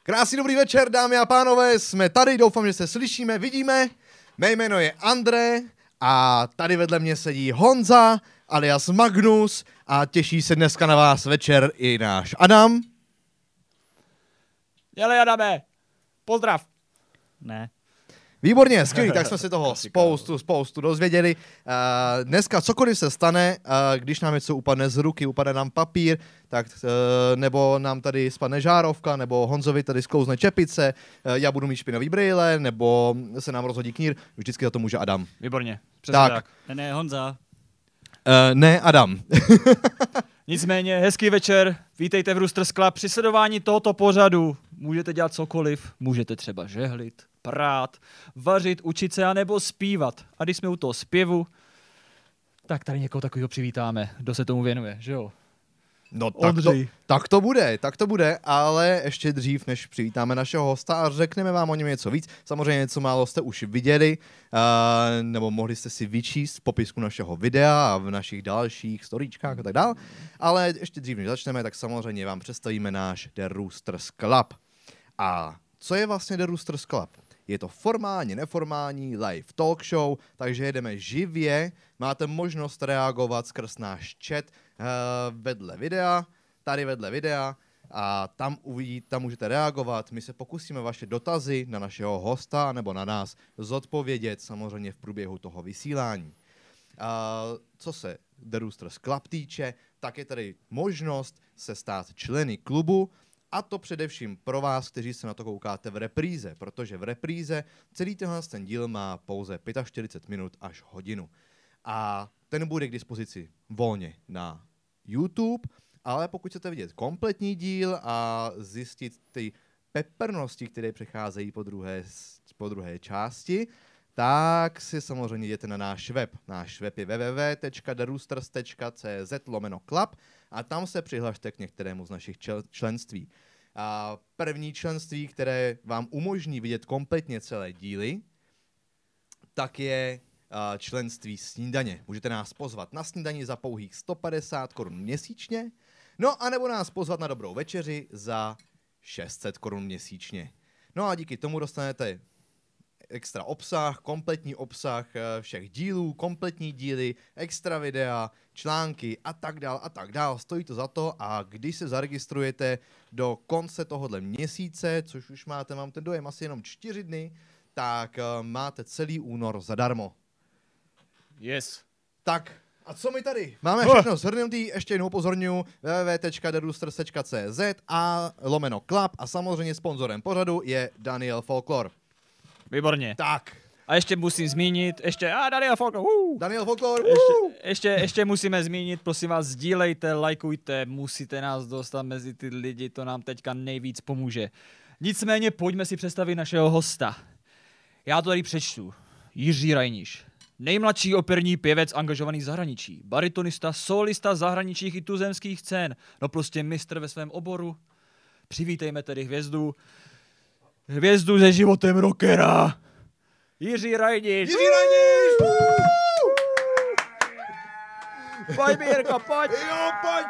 Krásný dobrý večer, dámy a pánové, jsme tady, doufám, že se slyšíme, vidíme. Mé jméno je André a tady vedle mě sedí Honza, alias Magnus a těší se dneska na vás večer i náš Adam. Jele, Adame, pozdrav. Ne. Výborně, skvělý, tak jsme si toho spoustu dozvěděli. Dneska cokoliv se stane, když nám něco upadne z ruky, upadne nám papír, tak nebo nám tady spadne žárovka, nebo Honzovi tady sklouzne čepice, já budu mít špinavý brýle, nebo se nám rozhodí knír, vždycky za to může Adam. Výborně, přesně tak. Ne, Honza. Ne, Adam. Nicméně, hezký večer, vítejte v Roosters Club. Při sledování tohoto pořadu můžete dělat cokoliv, můžete třeba žehlit, prát, vařit, učit se, anebo zpívat. A když jsme u toho zpěvu, tak tady někoho takového přivítáme, kdo se tomu věnuje, že jo? No tak to bude, ale ještě dřív, než přivítáme našeho hosta a řekneme vám o něm něco víc. Samozřejmě něco málo jste už viděli, nebo mohli jste si vyčíst v popisku našeho videa a v našich dalších storíčkách a tak dále. Ale ještě dřív, než začneme, tak samozřejmě vám představíme náš The Roosters Club. A co je vlastně The Roosters Club? Je to formální, neformální live talk show, takže jedeme živě, máte možnost reagovat skrz náš chat vedle videa a tam můžete reagovat. My se pokusíme vaše dotazy na našeho hosta nebo na nás zodpovědět samozřejmě v průběhu toho vysílání. Co se The Roosters Club týče, tak je tady možnost se stát členy klubu, a to především pro vás, kteří se na to koukáte v repríze, protože v repríze celý ten díl má pouze 45 minut až hodinu. A ten bude k dispozici volně na YouTube, ale pokud chcete vidět kompletní díl a zjistit ty peprnosti, které přecházejí po druhé části, tak si samozřejmě jděte na náš web. Náš web je www.theroosters.cz/club a tam se přihlašte k některému z našich členství. A první členství, které vám umožní vidět kompletně celé díly, tak je členství snídaně. Můžete nás pozvat na snídani za pouhých 150 Kč měsíčně, no a nebo nás pozvat na dobrou večeři za 600 Kč měsíčně. No a díky tomu dostanete extra obsah, kompletní obsah všech dílů, kompletní díly, extra videa, články a tak dál. Stojí to za to a když se zaregistrujete do konce tohohle měsíce, což už mám ten dojem asi jenom 4 dny, tak máte celý únor zadarmo. Yes. Tak, a co my tady? Máme všechno shrnutý, ještě jednou upozorňuji, www.theroosters.cz a /club a samozřejmě sponzorem pořadu je Daniel Folklore. Výborně. Tak. A ještě musím zmínit, Daniel Folklore. Daniel Folklore. Ještě musíme zmínit, prosím vás, sdílejte, lajkujte, musíte nás dostat mezi ty lidi, to nám teďka nejvíc pomůže. Nicméně pojďme si představit našeho hosta. Já to tady přečtu. Jiří Rajniš. Nejmladší operní pěvec angažovaný v zahraničí. Baritonista, solista zahraničních i tuzemských scén. No prostě mistr ve svém oboru. Přivítejme tedy hvězdu se životem rockera. Jiří Rajniš. Pojď, Mírko, pojď. Jo, pojď.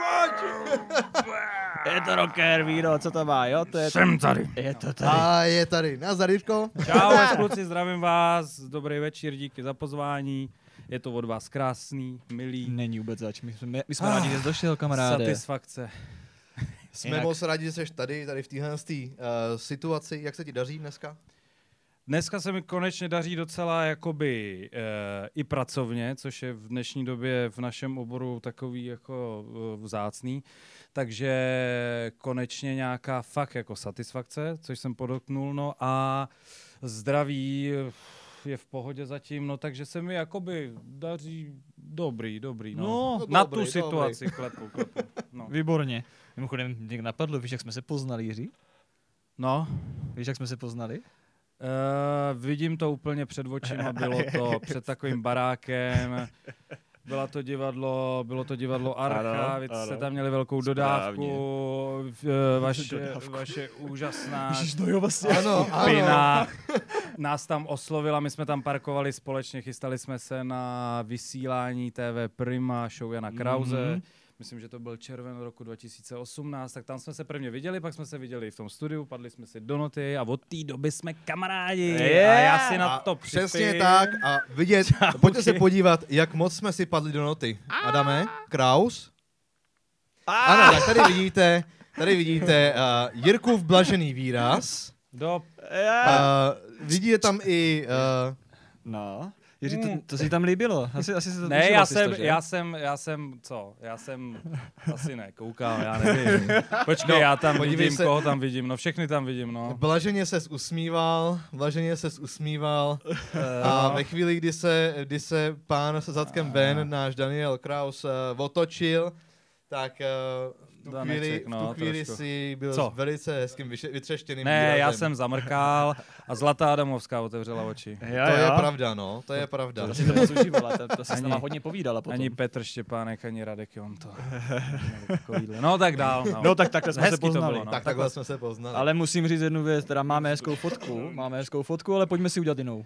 Je to rocker, Víro, co to má, jo? Jsem tady. Je to tady. A je tady. Nazdar, Jiřko. Čau, kluci, zdravím vás. Dobrý večer, díky za pozvání. Je to od vás krásný, milý. Není vůbec zač, my jsme rádi, že jsi došel, kamaráde. Satisfakce. Jsme moc rádi, že jsi tady v téhle situaci. Jak se ti daří dneska? Dneska se mi konečně daří docela jakoby i pracovně, což je v dnešní době v našem oboru takový jako vzácný. Takže konečně nějaká fakt jako satisfakce, což jsem podotknul, no a zdraví je v pohodě zatím, no takže se mi jakoby daří dobrý, no. Na tu situaci klepu. No. Výborně. Mimochodem, mě napadlo, víš, jak jsme se poznali, Jiří? No. Víš, jak jsme se poznali? Vidím to úplně před očima, bylo to před takovým barákem, bylo to divadlo Archa, vy jste tam měli velkou dodávku, vaše úžasná skupina nás tam oslovila, my jsme tam parkovali společně, chystali jsme se na vysílání TV Prima, show Jana Krause, myslím, že to byl červen roku 2018, tak tam jsme se prvně viděli, pak jsme se viděli v tom studiu, padli jsme si do noty a od té doby jsme kamarádi. A já si na to připím. Přesně tak a vidět, pojďte se podívat, jak moc jsme si padli do noty. Adame, Kraus. Ano, tak tady vidíte Jirkův blažený výraz. Vidíte tam i... No, Jiří, to si tam líbilo. Asi se to ne, já jsem asi nekoukal, já nevím. Počkej, já tam vidím, koho tam vidím, no všechny tam vidím, no. Blaženě ses usmíval a ve chvíli, kdy se pán se zadkem ven, náš Daniel Kraus, otočil, tak v tu chvíli si byl velice hezkým vytřeštěným výrazem. Ne, já jsem zamrkal a Zlatá Adamovská otevřela oči. To je pravda, no, to je pravda. To si to moc užívala, to si s náma hodně povídala potom. Ani Petr Štěpánek, ani Radek Jonto. No tak dál. No tak takhle jsme se poznali. Tak takhle jsme se poznali. Ale musím říct jednu věc, teda máme hezkou fotku, ale pojďme si udělat jinou.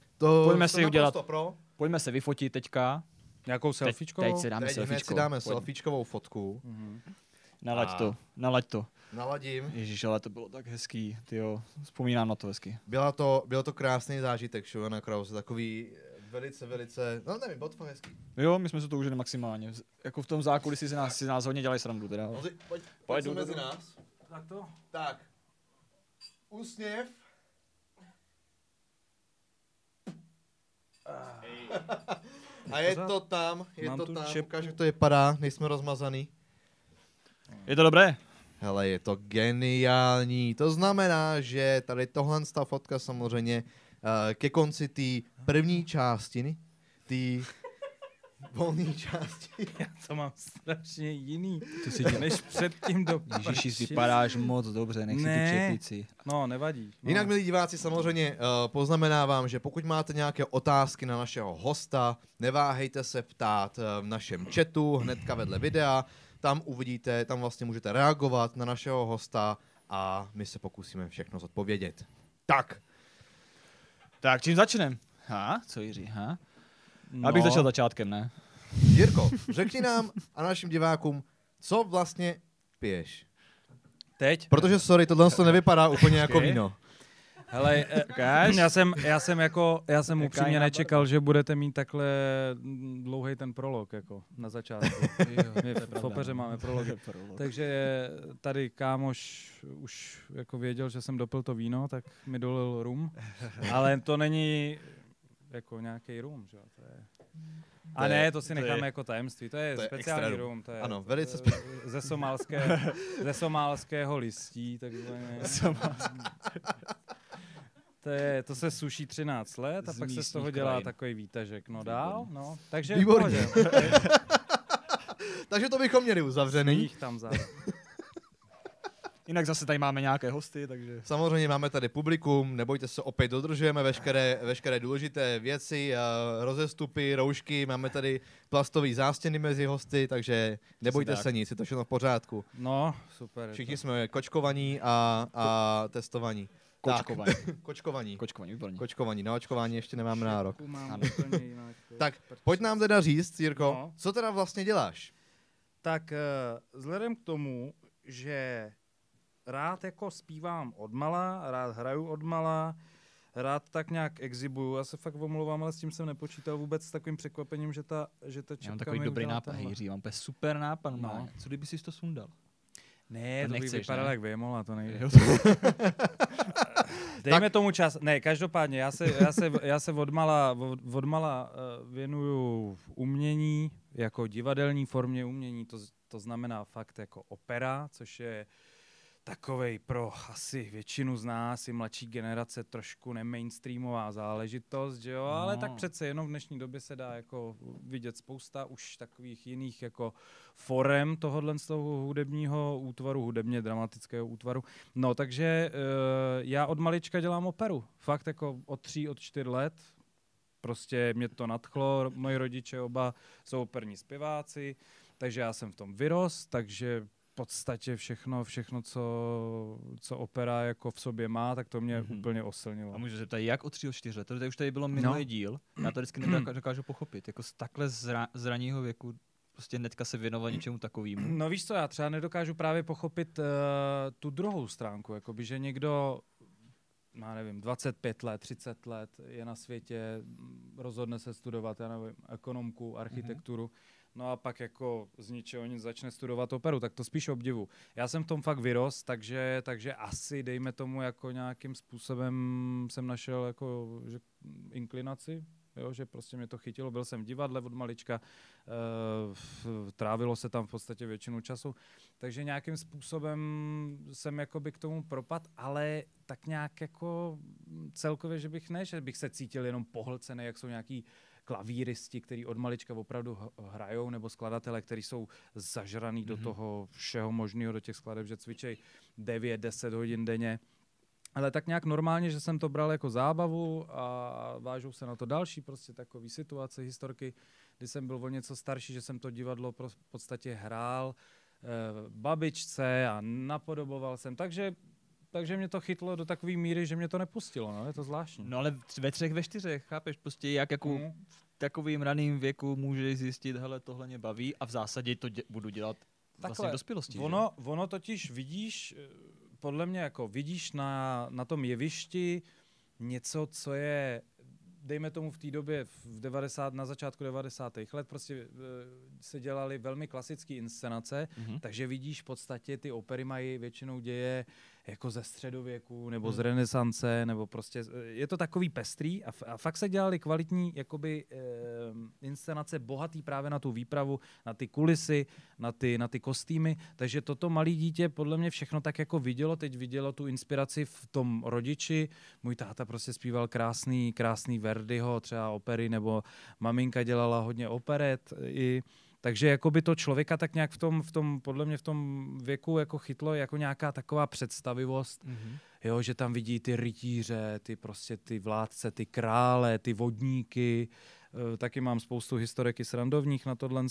Pojďme se vyfotit teďka. Nějakou selfiečkovou? Teď si dáme selfiečkovou fotku. Nalaď to. Naladím. Ježíš, ale to bylo tak hezký, tyjo. Vzpomínám na to hezky. Byl to krásný zážitek, Šovana Krause, takový velice, no nevím, bylo to hezký. Jo, my jsme se to užili maximálně. Jako v tom zákulisí si nás hodně dělají srandu, teda. Pojď mezi nás. Tak to. Tak. Úsměv. A je to tam, ukáž, jak to vypadá, nejsme rozmazaný. Je to dobré? Hele, je to geniální. To znamená, že tady tohle fotka samozřejmě ke konci té první části, té volné části. Já to mám strašně jiný. Než předtím do... Ježiši, vypadáš moc dobře, nech si tu čepici. No, nevadí. No. Jinak, milí diváci, samozřejmě poznamenávám, že pokud máte nějaké otázky na našeho hosta, neváhejte se ptát v našem chatu, hnedka vedle videa. Tam uvidíte, tam vlastně můžete reagovat na našeho hosta a my se pokusíme všechno zodpovědět. Tak, čím začneme? Co Jiří, No. Abych začal začátkem, ne? Jirko, řekni nám a našim divákům, co vlastně piješ. Teď? Protože, sorry, tohle to nevypadá úplně jako víno. Hele, já jsem upřímně nečekal, že budete mít takhle dlouhý ten prolog, jako na začátku. My v Opeře máme prology. Takže tady kámoš už jako věděl, že jsem dopil to víno, tak mi dolil rum. Ale to není jako nějaký rum, že? To je... A ne, to si necháme jako tajemství, to je speciální rum. To je ano, velice ze somálského listí, takzvaně. To se suší 13 let a pak se z toho dělá takový výtažek. No dál, no. Takže výborně. Takže to bychom měli uzavřený. Tam Jinak zase tady máme nějaké hosty, takže... Samozřejmě máme tady publikum, nebojte se, opět dodržujeme veškeré důležité věci, rozestupy, roušky, máme tady plastové zástěny mezi hosty, takže nebojte se nic, je to všechno v pořádku. No, super. Všichni jsme kočkovaní a testovaní. Kočkovaní, výborně. Kočkovaní, na očkování ještě nemáme nárok. Tak, pojď nám teda říct, Jirko, co teda vlastně děláš? Tak vzhledem k tomu, že rád jako zpívám odmala, rád hraju odmala, rád tak nějak exibuju. Já se fakt omlouvám, ale s tím jsem nepočítal vůbec s takovým překvapením, že ta čepka já mám takový dobrý nápad, Jiří, mám super nápad. No. Co kdyby jsi to sundal? Ne, to by vypadalo jak Vémola, to nejde. Dejme tomu čas. Ne, každopádně, já se odmala věnuju umění, jako divadelní formě umění, to znamená fakt jako opera, což je takovej pro asi většinu z nás i mladší generace trošku nemainstreamová záležitost, že jo, ale tak přece jenom v dnešní době se dá jako vidět spousta už takových jiných jako forem tohohle z toho hudebního útvaru, hudebně dramatického útvaru. No, takže já od malička dělám operu. Fakt jako od 3, od 4 let. Prostě mě to nadchlo, moji rodiče oba jsou operní zpěváci, takže já jsem v tom vyrost, takže v podstatě všechno, co opera jako v sobě má, tak to mě úplně oslnilo. A můžu se ptát, jak od 3 od 4 let? To už tady bylo minulý díl, já to vždycky nedokážu pochopit. Jako z takhle z raného věku prostě hnedka se věnovat něčemu takovému? No víš co, já třeba nedokážu právě pochopit tu druhou stránku, jakoby, že někdo, já nevím, 25 let, 30 let je na světě, rozhodne se studovat, já nevím, ekonomku, architekturu, no a pak jako z ničeho nic začne studovat operu, tak to spíš obdivu. Já jsem v tom fakt vyrost, takže asi, dejme tomu, jako nějakým způsobem jsem našel jako, že inklinaci, jo, že prostě mě to chytilo, byl jsem v divadle od malička, trávilo se tam v podstatě většinu času, takže nějakým způsobem jsem jakoby k tomu propad, ale tak nějak jako celkově, že bych se cítil jenom pohlcený, jak jsou nějaký klavíristi, který od malička opravdu hrajou, nebo skladatelé, kteří jsou zažraný do toho všeho možného, do těch skladeb, že cvičej 9-10 hodin denně. Ale tak nějak normálně, že jsem to bral jako zábavu a vážou se na to další prostě takové situace, historky, kdy jsem byl o něco starší, že jsem to divadlo v podstatě hrál babičce a napodoboval jsem, takže mě to chytlo do takové míry, že mě to nepustilo, no, je to zvláštní. No ale ve 3, ve 4, chápeš, prostě jak jako v takovým raným věku můžeš zjistit, hele, tohle mě baví a v zásadě to budu dělat vlastně v dospělosti. Ono totiž vidíš, podle mě jako vidíš na tom jevišti něco, co je, dejme tomu v té době, na začátku 90. let, prostě se dělaly velmi klasické inscenace, takže vidíš v podstatě ty opery mají většinou děje jako ze středověku, nebo z renesance, nebo prostě, je to takový pestrý a fakt se dělaly kvalitní jakoby inscenace, bohatý právě na tu výpravu, na ty kulisy, na ty kostýmy, takže toto malý dítě podle mě všechno tak jako vidělo tu inspiraci v tom rodiči, můj táta prostě zpíval krásný Verdiho, třeba opery, nebo maminka dělala hodně operet i. Takže jakoby to člověka tak nějak podle mě v tom věku jako chytlo jako nějaká taková představivost, jo, že tam vidí ty rytíře, ty vládce, ty krále, ty vodníky, taky mám spoustu historek i srandovních na tohle.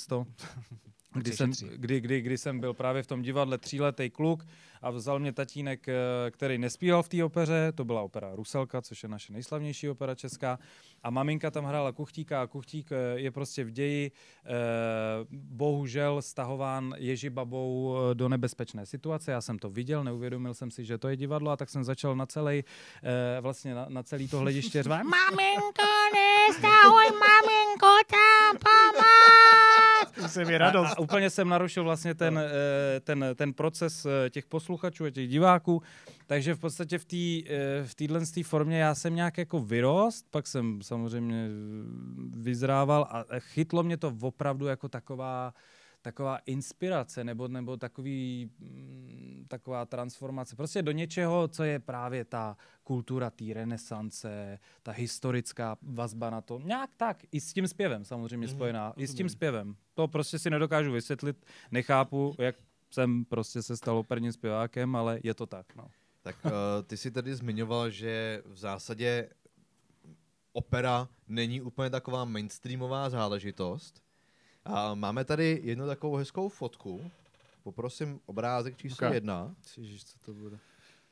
Kdy jsem byl právě v tom divadle 3letý kluk a vzal mě tatínek, který nespíval v té opeře, to byla opera Ruselka, což je naše nejslavnější opera česká, a maminka tam hrála Kuchtíka a Kuchtík je prostě v ději bohužel stahován Ježibabou do nebezpečné situace. Já jsem to viděl, neuvědomil jsem si, že to je divadlo, a tak jsem začal na celý to hlediště řvát: Maminko, nestahuj, maminko, tam pomoct! To je radost. A úplně jsem narušil vlastně ten proces těch posluchačů a těch diváků, takže v podstatě v téhle formě já jsem nějak jako vyrost, pak jsem samozřejmě vyzrával a chytlo mě to opravdu jako taková inspirace nebo taková transformace. Prostě do něčeho, co je právě ta kultura té renesance, ta historická vazba na to. Nějak tak. I s tím zpěvem samozřejmě spojená. I s tím zpěvem. To prostě si nedokážu vysvětlit. Nechápu, jak jsem prostě se stal operním zpěvákem, ale je to tak. No. Tak ty jsi tady zmiňoval, že v zásadě opera není úplně taková mainstreamová záležitost. A máme tady jednu takovou hezkou fotku. Poprosím obrázek číslo 1. Ježiš, co to bude?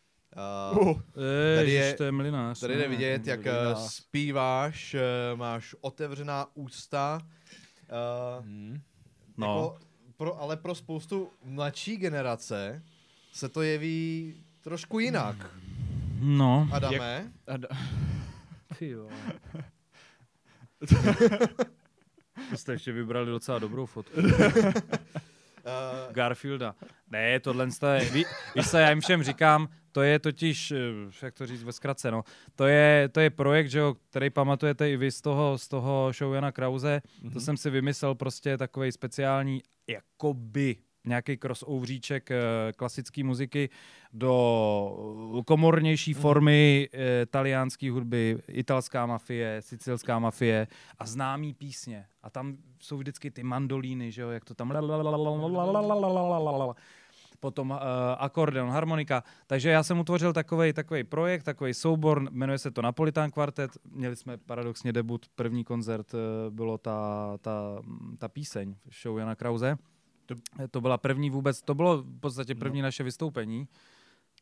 To je mlynář. Tady jde vidět, jak zpíváš, máš otevřená ústa. Jako ale pro spoustu mladší generace se to jeví trošku jinak. No. Adame? Ty jo. Jste ještě vybrali docela dobrou fotku. Garfielda. Ne, tohle je, víš co, já jim všem říkám, to je totiž, jak to říct ve zkratce, no, to je projekt, že jo, který pamatujete i vy z toho show Jana Krause, to jsem si vymyslel prostě takovej speciální, jakoby nějaký crossoveříček klasické muziky do komornější formy taliánské hudby, italská mafie, sicilská mafie a známý písně. A tam jsou vždycky ty mandolíny, že jo, jak to tam potom akordeon, harmonika. Takže já jsem utvořil takový projekt, takový soubor, jmenuje se to Napolitán kvartet. Měli jsme paradoxně debut, první koncert bylo ta píseň show Jana Krause. To byla první vůbec, to bylo v podstatě první naše vystoupení.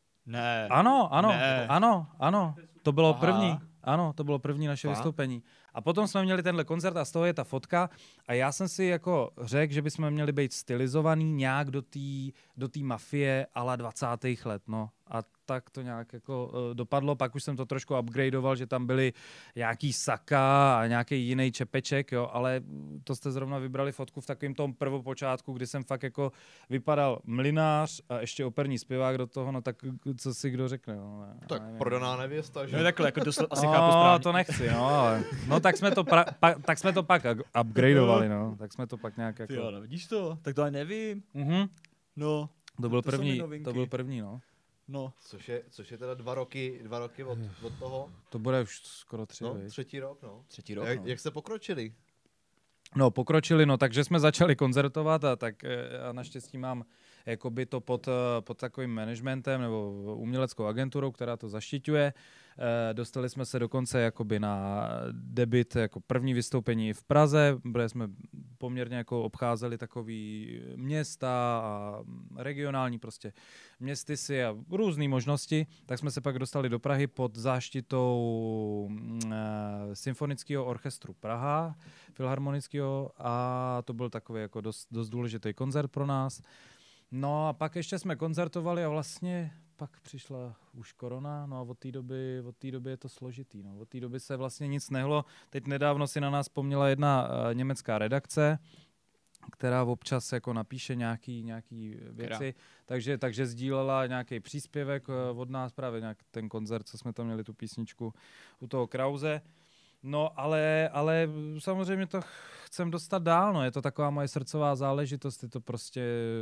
Ne. Ano, to bylo první. Ano, to bylo první naše vystoupení. A potom jsme měli tenhle koncert a z toho je ta fotka a já jsem si jako řekl, že bychom měli být stylizovaný nějak do té mafie a la 20. let, no. A tak to nějak jako dopadlo, pak už jsem to trošku upgradeoval, že tam byly nějaký saka a nějaký jiný čepeček, jo, ale to jste zrovna vybrali fotku v takovém tom prvopočátku, kdy jsem fakt jako vypadal mlynář a ještě operní zpěvák do toho, no tak co si kdo řekne, no. Tak prodaná nevěsta, že? No takhle, jako asi chápu správně. To nechci, no, ale, no tak jsme to pak upgradeovali, no, tak jsme to pak nějak jako... Jo, no, vidíš to? Tak to ani nevím. No. To byl první, no. No. Což je teda 2 roky od toho. To bude už skoro 3, no, viď? třetí rok, no. Jak jste pokročili? No, pokročili, no, takže jsme začali koncertovat a tak a naštěstí mám jakoby to pod takovým managementem nebo uměleckou agenturou, která to zaštiťuje. Dostali jsme se dokonce jakoby na debut jako první vystoupení v Praze, protože jsme poměrně jako obcházeli takový města a regionální prostě městysy a různé možnosti, tak jsme se pak dostali do Prahy pod záštitou Symfonického orchestru Praha, filharmonického, a to byl takový jako dost důležitý koncert pro nás. No a pak ještě jsme koncertovali a vlastně pak přišla už korona, no a od té doby je to složitý. No. Od té doby se vlastně nic nehlo. Teď nedávno si na nás vzpomněla jedna německá redakce, která občas jako napíše nějaký věci, takže sdílela nějaký příspěvek od nás, právě nějak ten koncert, co jsme tam měli, tu písničku u toho Krause. No, ale samozřejmě to chcem dostat dál, no. Je to taková moje srdcová záležitost, je to prostě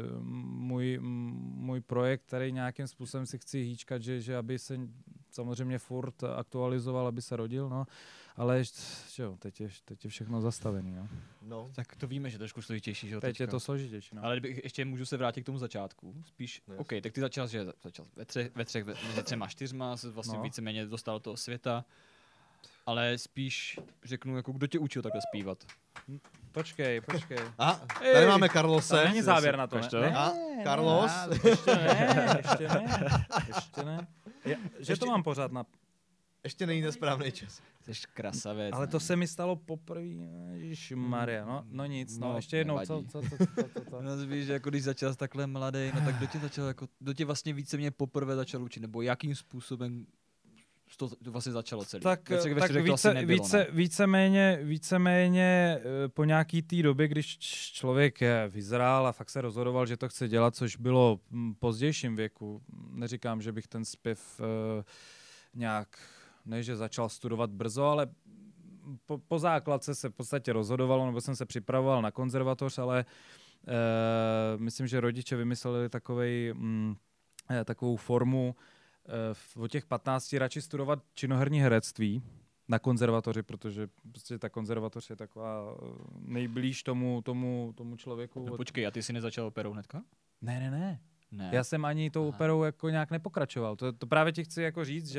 můj projekt, který nějakým způsobem si chci hýčkat, že aby se samozřejmě furt aktualizoval, aby se rodil, no. Ale jo, teď je všechno zastavený, no. Tak to víme, že trošku složitější, že jo, teď je to složitější, no. Ale ještě můžu se vrátit k tomu začátku, spíš, yes. OK, tak ty začal ve třema, čtyřma, se vlastně víceméně dostal do toho světa. Ale spíš řeknu, jako kdo tě učil takhle zpívat. Počkej. Tady máme Carlose. Tam není záběr na to, ne? Carlos? Ještě ne. Že to mám pořád na... Ještě není ten správný čas. Jsi krasavec. Ale to se mi stalo poprvé, ježišmarja, no nic, no ještě jednou, co? No víš, jako když začal takhle mladý, no tak kdo tě vlastně víceméně poprvé začal učit, nebo jakým způsobem to vlastně začalo celý. Tak víceméně po nějaký té době, když člověk vyzrál a fakt se rozhodoval, že to chce dělat, což bylo v pozdějším věku. Neříkám, že bych ten zpěv nějak, ne že začal studovat brzo, ale po základce se v podstatě rozhodovalo, nebo jsem se připravoval na konzervatoř, ale myslím, že rodiče vymysleli takovou formu, od těch 15 radši studovat činoherní herectví na konzervatoři, protože prostě ta konzervatoř je taková nejblíž tomu člověku. No počkej, a ty jsi nezačal operou hnedka? Ne. Já jsem ani tou operou jako nějak nepokračoval. To právě ti chci jako říct,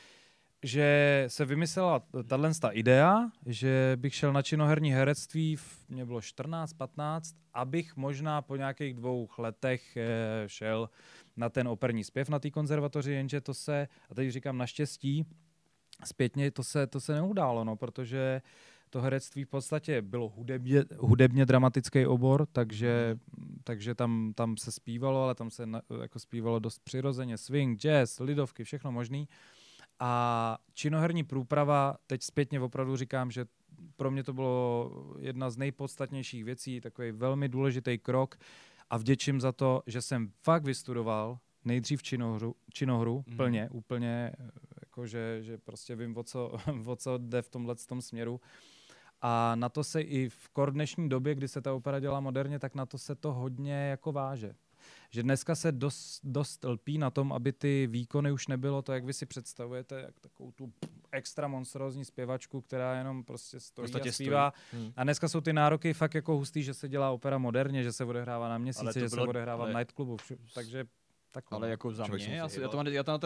že se vymyslela tato idea, že bych šel na činoherní herectví, mě bylo 14, 15, abych možná po nějakých 2 letech šel na ten operní zpěv na té konzervatoři, jenže to se, a teď říkám naštěstí, zpětně to se neudálo, no, protože to herectví v podstatě bylo hudebně dramatický obor, takže tam se zpívalo, ale tam se jako zpívalo dost přirozeně, swing, jazz, lidovky, všechno možný. A činoherní průprava, teď zpětně opravdu říkám, že pro mě to bylo jedna z nejpodstatnějších věcí, takový velmi důležitý krok a vděčím za to, že jsem fakt vystudoval nejdřív činohru úplně, jako že prostě vím, o co jde v tomhletom směru. A na to se i v dnešní době, kdy se ta opera dělá moderně, tak na to se to hodně jako váže. Že dneska se dost lpí na tom, aby ty výkony už nebylo to, jak vy si představujete, jak takovou tu extra monstrózní zpěvačku, která jenom prostě stojí a zpívá. A dneska jsou ty nároky fakt jako hustý, že se dělá opera moderně, že se odehrává na Měsíci, že se odehrává v nightclubu. Takže takhle. Ale jako za mě,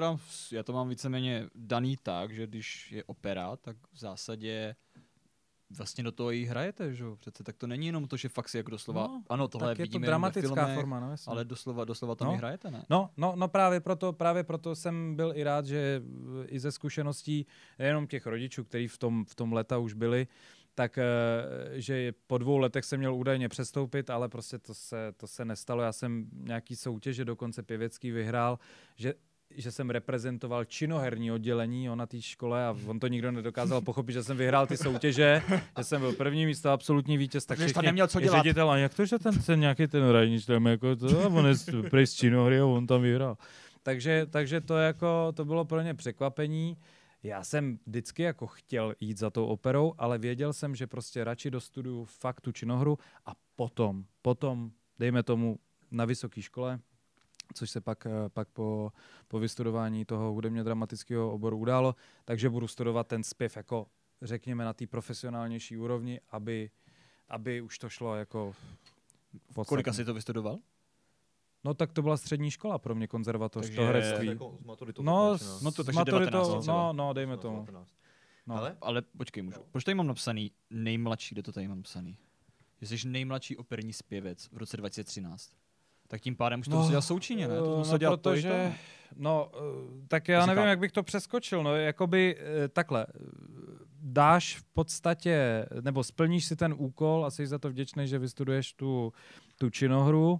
já to mám víceméně daný tak, že když je opera, tak v zásadě vlastně do toho i hrajete, že jo? Přece tak to není jenom to, že fakt si jako doslova, ano, tohle tak vidíme je to dramatická ve filmech, forma, no, jasně. ale doslova tam i hrajete, ne? No, právě proto jsem byl i rád, že i ze zkušeností nejenom těch rodičů, kteří v tom leta už byli, tak že po 2 letech jsem měl údajně přestoupit, ale prostě to se nestalo. Já jsem nějaký soutěže, dokonce pěvecký vyhrál, že jsem reprezentoval činoherní oddělení na té škole a on to nikdo nedokázal pochopit, že jsem vyhrál ty soutěže, že jsem byl první místo, absolutní vítěz, tak všichni neměl co dělat. ředitel, a jak to, že ten nějaký ten radnič tam jako to, a on je prej z činohry a on tam vyhrál. Takže to bylo pro ně překvapení. Já jsem vždycky jako chtěl jít za tou operou, ale věděl jsem, že prostě radši dostuduju fakt tu činohru a potom, dejme tomu, na vysoké škole, což se pak po vystudování toho hudebně dramatického oboru událo, takže budu studovat ten zpěv jako, řekněme, na té profesionálnější úrovni, aby už to šlo jako podstatně. Kolika jsi to vystudoval? No tak to byla střední škola pro mě, konzervatoř, to herectví. Jako s maturitou. Takže 19. No, dejme tomu. No. Ale počkej, proč tady mám napsaný nejmladší, kde to tady mám napsaný? Že jsi nejmladší operní zpěvec v roce 2013. Tak tím pádem už to musel dělat součinně, ne? To musel dělat protože, tak já nevím, jak bych to přeskočil. No, jakoby takhle. Dáš v podstatě, nebo splníš si ten úkol a jsi za to vděčný, že vystuduješ tu činohru.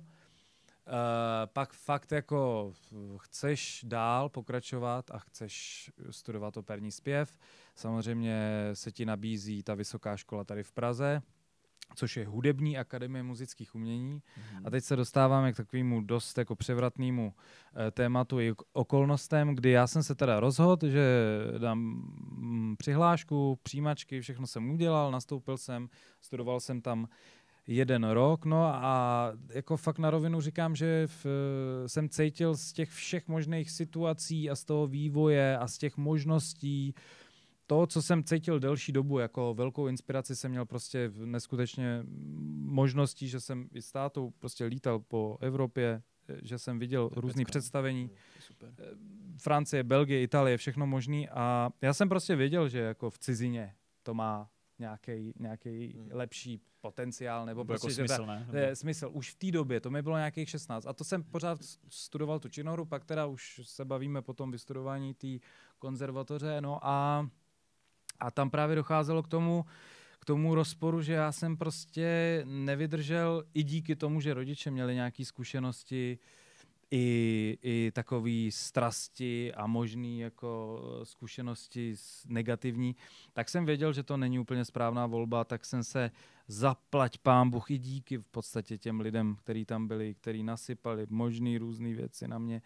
Pak fakt jako chceš dál pokračovat a chceš studovat operní zpěv. Samozřejmě se ti nabízí ta vysoká škola tady v Praze, což je Hudební akademie muzických umění. A teď se dostáváme k takovému dost jako převratnému tématu i okolnostem, kdy já jsem se teda rozhodl, že dám přihlášku, přijímačky, všechno jsem udělal, nastoupil jsem, studoval jsem tam 1 rok, no a jako fakt na rovinu říkám, že jsem cítil z těch všech možných situací a z toho vývoje a z těch možností, to, co jsem cítil delší dobu, jako velkou inspiraci jsem měl prostě neskutečně možností, že jsem i s tátou prostě lítal po Evropě, že jsem viděl různý představení. Super. Francie, Belgie, Itálie, všechno možný a já jsem prostě věděl, že jako v cizině to má nějaký lepší potenciál, nebo prostě, jako smysl, ne? Smysl. Už v té době, to mi bylo nějakých 16. A to jsem pořád studoval tu činohru, pak teda už se bavíme po tom vystudování té konzervatoře, no a tam právě docházelo k tomu rozporu, že já jsem prostě nevydržel i díky tomu, že rodiče měli nějaké zkušenosti, i takový strasti a možný jako zkušenosti negativní, tak jsem věděl, že to není úplně správná volba, tak jsem se zaplať pán Bůh i díky v podstatě těm lidem, kteří tam byli, kteří nasypali možný různé věci na mě,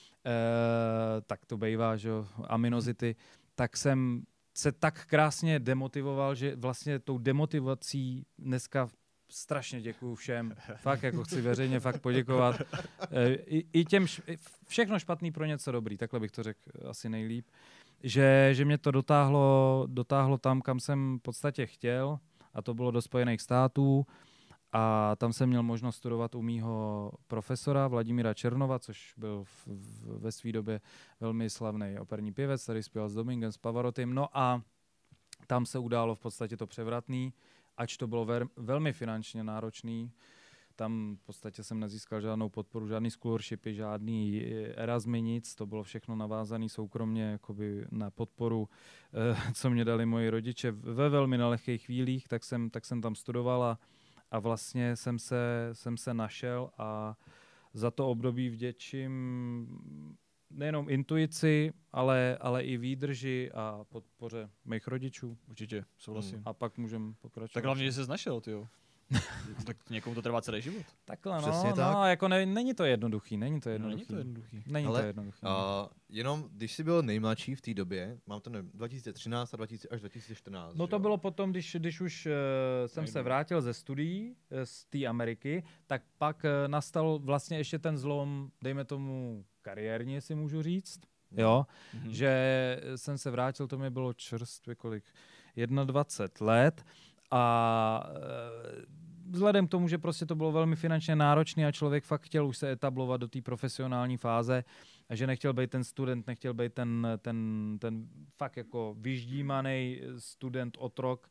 tak to bejvá, že jo, aminozity, tak jsem se tak krásně demotivoval, že vlastně tou demotivací dneska strašně děkuju všem. Fakt jako chci veřejně fakt poděkovat. I těm všechno špatný pro něco dobrý, takhle bych to řekl asi nejlíp. Že mě to dotáhlo tam, kam jsem v podstatě chtěl, a to bylo do Spojených států. A tam jsem měl možnost studovat u mýho profesora Vladimíra Černova, což byl ve své době velmi slavný operní pěvec, který zpíval s Domingem, s Pavarottim. No a tam se událo v podstatě to převratný, ač to bylo velmi finančně náročný. Tam v podstatě jsem nezískal žádnou podporu, žádný scholarshipy, žádný Erasmy, nic. To bylo všechno navázané soukromně jakoby na podporu, co mě dali moji rodiče ve velmi nelehkých chvílích, tak jsem tam studoval a vlastně jsem se našel a za to období vděčím nejenom intuici, ale i výdrži a podpoře mých rodičů. Určitě, souhlasím. A pak můžeme pokračovat. Tak hlavně, že jsi našel, tyjo. Tak někomu to trvá celý život. Takhle, přesně tak. No, jako není to jednoduchý. Není to jednoduchý. Jenom, když jsi byl nejmladší v té době, mám to 2013 až 2014. No to bylo potom, když už jsem se vrátil ze studií z té Ameriky, tak pak nastal vlastně ještě ten zlom, dejme tomu kariérně, si můžu říct. Jo, že jsem se vrátil, to mi bylo čerstvě kolik, 21 let a vzhledem k tomu, že prostě to bylo velmi finančně náročné a člověk fakt chtěl už se etablovat do té profesionální fáze a že nechtěl být ten student, nechtěl být ten fakt jako vyždímaný student otrok,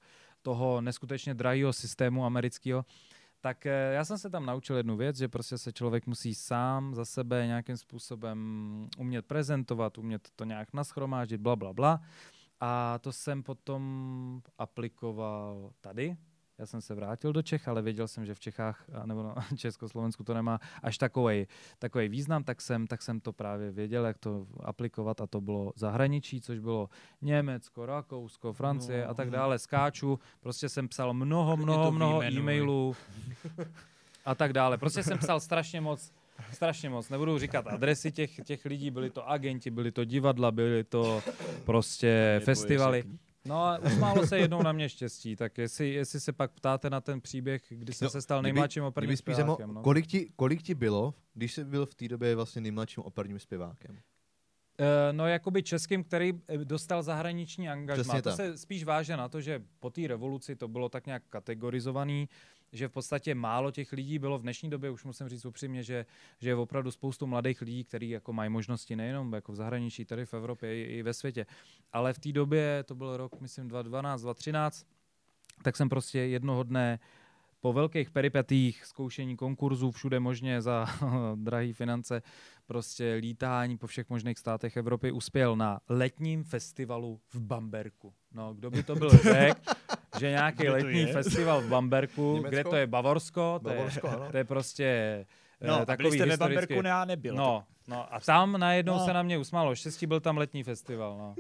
toho neskutečně drahého systému amerického, tak já jsem se tam naučil jednu věc, že prostě se člověk musí sám za sebe nějakým způsobem umět prezentovat, umět to nějak nashromáždit, bla, bla, bla. A to jsem potom aplikoval tady. Já jsem se vrátil do Čech, ale věděl jsem, že v Čechách nebo na Československu to nemá až takový význam, tak jsem to právě věděl, jak to aplikovat, a to bylo zahraničí, což bylo Německo, Rakousko, Francie a tak dále. Skáču, prostě jsem psal mnoho e-mailů a tak dále. Prostě jsem psal strašně moc. Nebudu říkat adresy těch lidí, byli to agenti, byli to divadla, byli to prostě festivaly. No a usmálo se jednou na mě štěstí, tak jestli se pak ptáte na ten příběh, kdy jsem se stal nejmladším operním zpěvákem. No. Kolik ti bylo, když jsi byl v té době vlastně nejmladším operním zpěvákem? No jakoby českým, který dostal zahraniční angažmá. To se spíš váže na to, že po té revoluci to bylo tak nějak kategorizovaný, že v podstatě málo těch lidí bylo v dnešní době, už musím říct upřímně, že je opravdu spoustu mladých lidí, kteří jako mají možnosti nejenom jako v zahraničí, tady v Evropě i ve světě. Ale v té době, to byl rok, myslím, 2012, 2013, tak jsem prostě jednoho dne po velkých peripetích, zkoušení konkurzů všude možně za drahé finance, prostě lítání po všech možných státech Evropy uspěl na letním festivalu v Bamberku. No, kdo by to byl řekl, že nějaký letní festival v Bamberku, Německo? Kde to je Bavorsko, to je prostě takový byli jste historický... ve Bamberku, já nebyl. No a tam najednou se na mě usmálo štěstí, byl tam letní festival, no.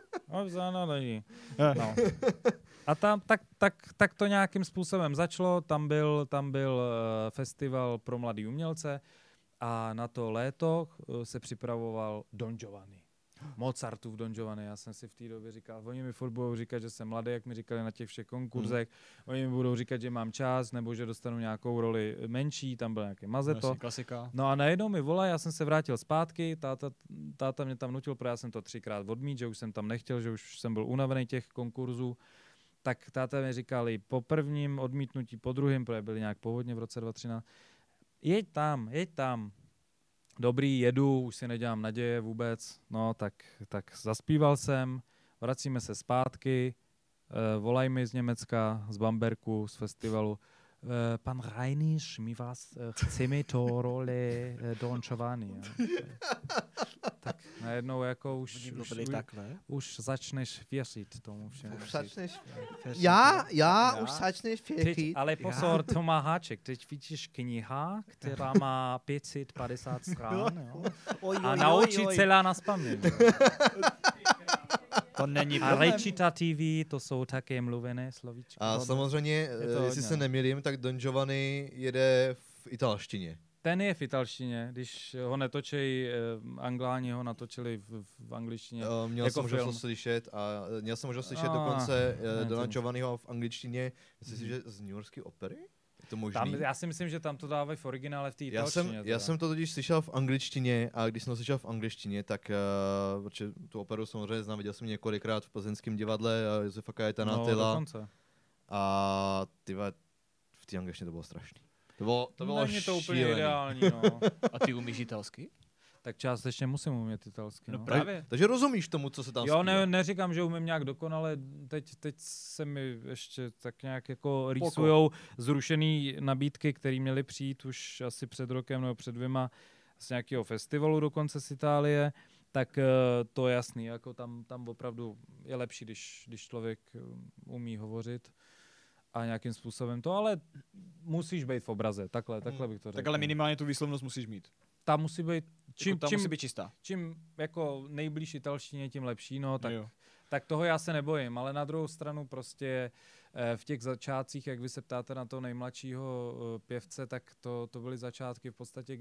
No. A tam tak to nějakým způsobem začalo, tam byl festival pro mladý umělce a na to léto se připravoval Don Giovanni. Mozartův Don Giovanni, já jsem si v té době říkal, oni mi furt budou říkat, že jsem mladý, jak mi říkali na těch všech konkurzech, oni mi budou říkat, že mám čas, nebo že dostanu nějakou roli menší, tam byl nějaký mazeto. Klasika. No a najednou mi volá, já jsem se vrátil zpátky, táta mě tam nutil, protože já jsem to 3krát odmít, že už jsem tam nechtěl, že už jsem byl unavený těch konkurzů. Tak táta mi říkali po prvním odmítnutí, po druhém, protože byly nějak povodně v roce 2013, jeď tam. Dobrý, jedu, už si nedělám naděje vůbec, no tak zaspíval jsem, vracíme se zpátky, volají mi z Německa, z Bamberku, z festivalu, pan Reinisch, my vás chceme to roli Don Giovanni. Tak najednou jako už začneš věřit tomu všemu. Už začneš věřit. Ale pozor, to má háček. Teď vidíš kniha, která má 550 stran. A naučit celá nazpaměť. To není a recitativy, to jsou také mluvené slovíčky. A samozřejmě, jestli se nemýlím, tak Don Giovanni jede v italštině. Ten je v italštině, když ho netočí, Angláni ho natočili v angličtině. Měl jsem možnost slyšet dokonce Dona Giovanniho v angličtině, myslím si, že z New Yorkské opery? Je to možný? Tam, já si myslím, že tam to dávají v originále v té italštině. Já jsem to totiž slyšel v angličtině a když jsem to slyšel v angličtině, tak protože tu operu samozřejmě znám, viděl jsem několikrát v plzeňském divadle Josefa Kajetana Tyla. A v té angličtině to bylo strašný. To bylo není to úplně ideální, no. A ty umíš italsky? Tak částečně musím umět italsky. No právě. Takže rozumíš tomu, co se tam zpívá. Jo, neříkám, že umím nějak dokonale, teď se mi ještě tak nějak jako rýsujou zrušený nabídky, které měly přijít už asi před rokem nebo před 2 z nějakého festivalu dokonce z Itálie, tak to je jasný, jako tam opravdu je lepší, když člověk umí hovořit a nějakým způsobem to, ale musíš být v obraze, takhle bych to řekl. Tak ale minimálně tu výslovnost musíš mít. Ta musí být, musí být čistá. Čím jako nejblíž italštině, tím lepší, no, tak toho já se nebojím, ale na druhou stranu prostě v těch začátcích, jak vy se ptáte na toho nejmladšího pěvce, tak to byly začátky v podstatě,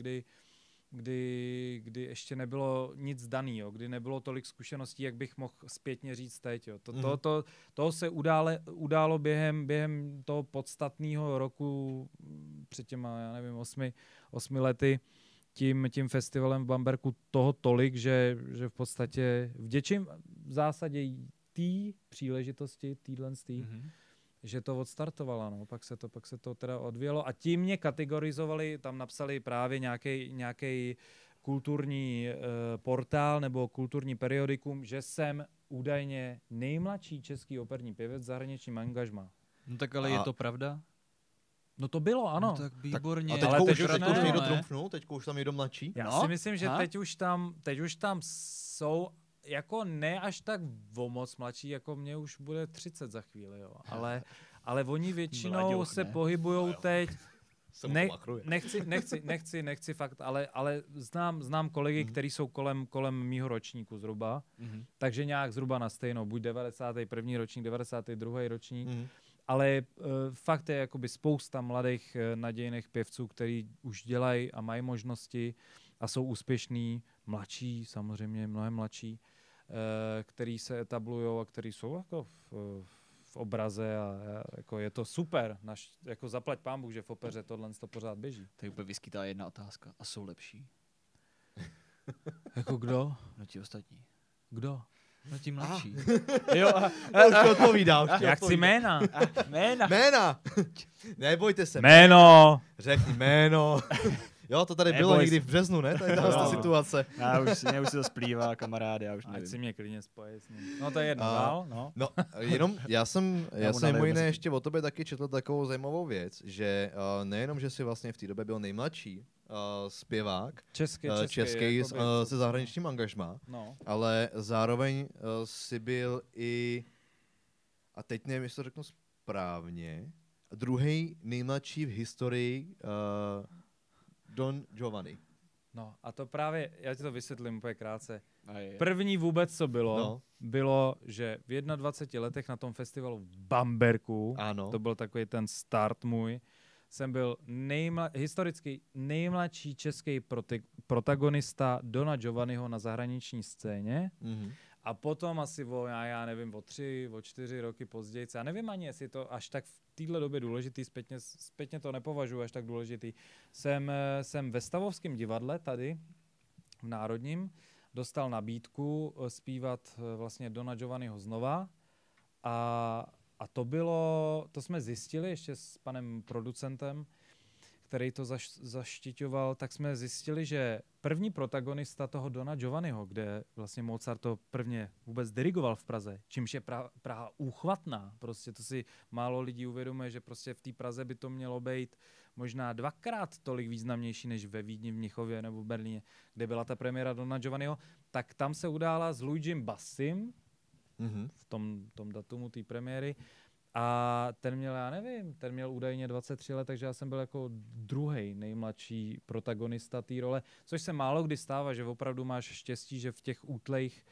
kdy ještě nebylo nic danýho, kdy nebylo tolik zkušeností, jak bych mohl zpětně říct teď. Jo. To se událo během toho podstatného roku před těma, já nevím, 8 lety tím festivalem v Bamberku toho tolik, že v podstatě vděčím v zásadě té příležitosti, že to odstartovala, no. Pak se to teda odvíjelo a tím mě kategorizovali, tam napsali právě nějaký kulturní portál nebo kulturní periodikum, že jsem údajně nejmladší český operní pěvec v zahraničním angažmá. No tak ale je to pravda? No to bylo, ano. No tak výborně. A teďko už někdo trumfnul? Teďko už tam někdo mladší? Já si myslím, že teď už tam jsou jako ne až tak o moc mladší, jako mě už bude 30 za chvíli, jo. Ale oni většinou se pohybujou teď. Nechci fakt, ale znám kolegy, kteří jsou kolem mýho ročníku zhruba, takže nějak zhruba na stejno, buď 91. ročník, 92. ročník, ale fakt je jakoby spousta mladých nadějných pěvců, kteří už dělají a mají možnosti a jsou úspěšní, mladší, samozřejmě mnohem mladší, který se etablují a který jsou jako v obraze a jako je to super. Jako zaplať pán Bůh, že v opeře tohle to pořád běží. Tady úplně vyskytá jedna otázka. A jsou lepší? Jako kdo? No ti ostatní. Kdo? No ti mladší. Jo, už odpovídá. Já chci jména. Jména. Nebojte se. Jméno. Řekni jméno. Jo, to tady bylo někdy v březnu, ne? Tady ta situace. Mě už se to splývá, kamaráde, já už nevím. Ať si mě klidně spojí s ním. No to je jedno, dál, no. No, jenom já jsem mimo jiné ještě o tobě taky četl takovou zajímavou věc, že nejenom, že jsi vlastně v té době byl nejmladší zpěvák český se zahraničním angažmá, ale zároveň jsi byl i, a teď nevím, jestli to řeknu správně, druhý nejmladší v historii Don Giovanni. No a to právě, já ti to vysvětlím úplně krátce. První vůbec, co bylo, bylo, že v 21 letech na tom festivalu v Bamberku, to byl takový ten start můj, jsem byl historicky nejmladší český protagonista Dona Giovanniho na zahraniční scéně. A potom asi já nevím, o 4 roky později, já nevím ani, jestli to až tak v téhle době důležitý, zpětně to nepovažuji až tak důležitý. Jsem ve Stavovském divadle tady, v Národním, dostal nabídku zpívat vlastně Dona Giovanniho znova a to jsme zjistili ještě s panem producentem, který to zaštiťoval, tak jsme zjistili, že první protagonista toho Dona Giovanniho, kde vlastně Mozart to prvně vůbec dirigoval v Praze, čímž je Praha úchvatná, prostě to si málo lidí uvědomuje, že prostě v té Praze by to mělo být možná 2x tolik významnější než ve Vídni, v Mnichově nebo v Berlíně, kde byla ta premiéra Dona Giovanniho, tak tam se udála s Luigim Bassim v tom datumu té premiéry. A ten měl, já nevím, údajně 23 let, takže já jsem byl jako druhý nejmladší protagonista té role, což se málo kdy stává, že opravdu máš štěstí, že v těch útlejch,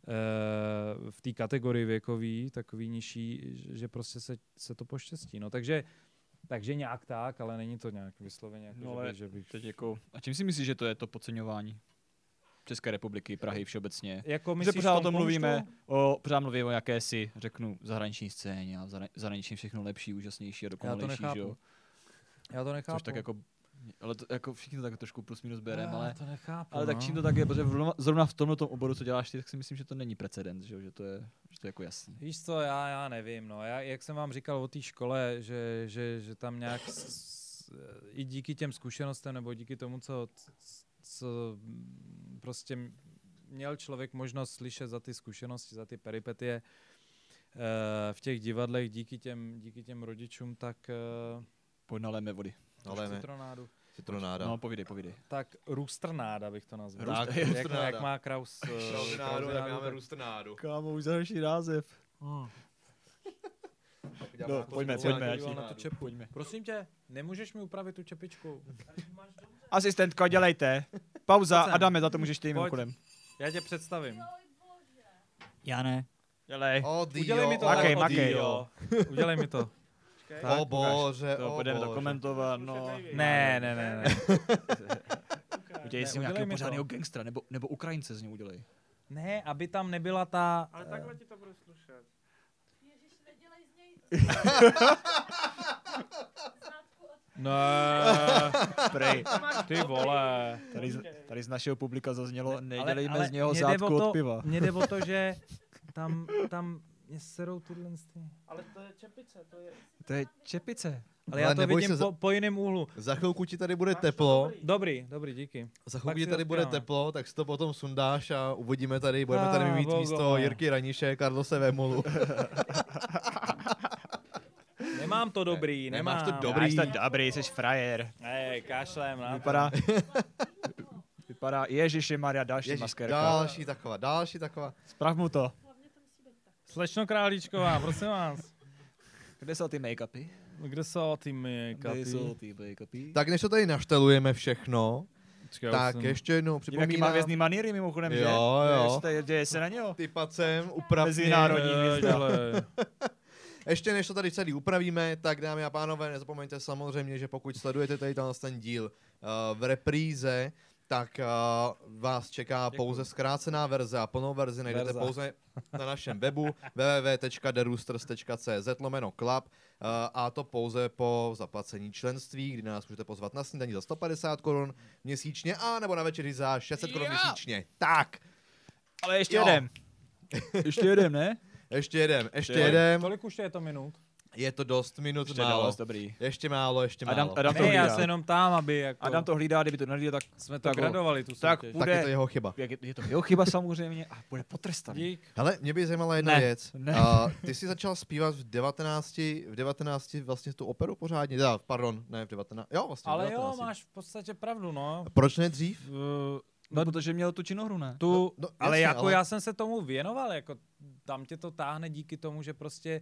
v té kategorii věkový, takový nižší, že prostě se to poštěstí. No, takže nějak tak, ale není to nějak vysloveně. Jako, no, že bych... Teď jako, a čím si myslíš, že to je to podceňování České republiky, Prahy všeobecně? Jako že pořád o tom mluvíme, pořád mluvíme o jakési, řeknu, zahraniční scéně a zahraniční všechno lepší, úžasnější a dokonalejší, že jo? Já to nechápu. Což tak jako, ale to, jako všichni to tak trošku plus minus bereme, ale tak čím to tak je, protože zrovna v tomto oboru, co děláš ty, tak si myslím, že to není precedens, že to je jako jasný. Víš co, já nevím, no. Jak jsem vám říkal o té škole, že tam nějak i díky těm zkušenostem nebo díky tomu, co prostě měl člověk možnost slyšet za ty zkušenosti, za ty peripetie v těch divadlech díky těm rodičům, tak... Pojď naléme vody. Naléme. Citronáda. No, povídej. Tak růstrnáda bych to nazval. Jak má Kraus... Krausenádu, tak máme růstrnádu. Kámo, už další název. No, pojďme. Prosím tě, nemůžeš mi upravit tu čepičku? Asistentko, dělejte. Pauza, Adame, za to můžeš ty mimochodem. Já tě představím. Já ne. Dělej. Udělej mi to. Makej. Udělej mi to. O bože, to budeme dokumentovat, no. Ne. Udělej si nějakého pořádného gangstra, nebo Ukrajince z něj udělej. Ne, aby tam nebyla ta... Ale takhle ti to bude slušet. Ježiš, nedělej z něj... Ne, prej, ty vole. Tady z našeho publika zaznělo, nedělejme z něho zátku od piva. Mně jde o to, že tam mě serou tyhle... Ale to je čepice, to je čepice. Ale já to vidím po jiném úhlu. Za chvilku ti tady bude teplo. Dobrý, díky. Za chvilku ti tady bude teplo, tak si to potom sundáš a uvidíme tady, budeme tady mít místo Jirky Raniše, Karlose Vémolu. Nemám to dobrý, Nemáš nemám. to dobrý. Jsi dobrý, jsi frajer. Kašlem na to. Vypadá, Ježišimarja, další maskérka. Další taková. Sprav mu to. Hlavně to musí být tak. Slečno Králíčková, prosím vás. Kde jsou ty make-upy? Kde jsou ty make-upy? Tak než to tady naštelujeme všechno, tak ještě jednou Jaký má připomínám. hvězdný maníry mimochodem, že? Jo. Děje se na něho. Typacem, upravně. Mezinárodní hvězda. Ještě než to tady celý upravíme, tak dámy a pánové, nezapomeňte samozřejmě, že pokud sledujete tady ten díl v repríze, tak vás čeká pouze zkrácená verze a plnou verzi najdete pouze na našem webu www.derusters.cz/club a to pouze po zaplacení členství, kdy nás můžete pozvat na snídaní za 150 korun měsíčně a nebo na večeři za 600 korun měsíčně. Tak. Ale ještě jedem. Ještě jedem, ne? Ještě jedem. Kolik už je to minut? Je to dost minut, Ještě málo. dost, dobrý. Ještě málo. Adam to Ne, hlídá. já se jenom tam, aby jako... Adam to hlídá, kdyby to nehlídal, tak jsme to tak gradovali, tu tak soutěž. Tak je to jeho chyba. Je to jeho chyba samozřejmě a bude potrestaný. Dík. Hele, mě by zajímala jedna Ne, věc. ne. Ty jsi začal zpívat v 19 vlastně tu operu pořádně, pardon, ne v 19, jo vlastně v Ale 19. jo, máš v podstatě pravdu, no. Proč ne dřív? No, protože měl tu činohru, ne? Ale jasně, jako já jsem se tomu věnoval, jako tam tě to táhne díky tomu, že prostě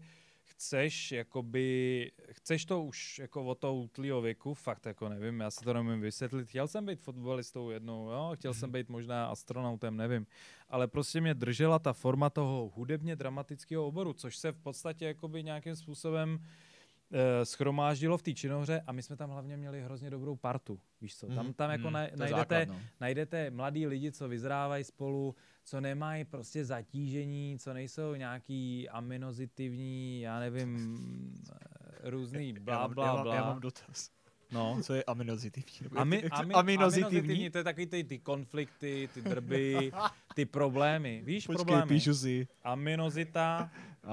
chceš to už jako od toho útlýho věku, fakt jako nevím, já si to nemůžu vysvětlit. Chtěl jsem být fotbalistou jednou, jo, chtěl jsem být možná astronautem, nevím, ale prostě mě držela ta forma toho hudebně dramatického oboru, což se v podstatě jakoby nějakým způsobem schromáždilo v té činohře a my jsme tam hlavně měli hrozně dobrou partu, víš co, tam jako najdete mladý lidi, co vyzrávají spolu, co nemají prostě zatížení, co nejsou nějaký aminozitivní, já nevím, různý blá. Já mám dotaz. No. Co je aminozitivní? Aminozitivní, to je takový ty konflikty, ty drby, ty problémy. Víš, problémy? Píšu si. Aminozita.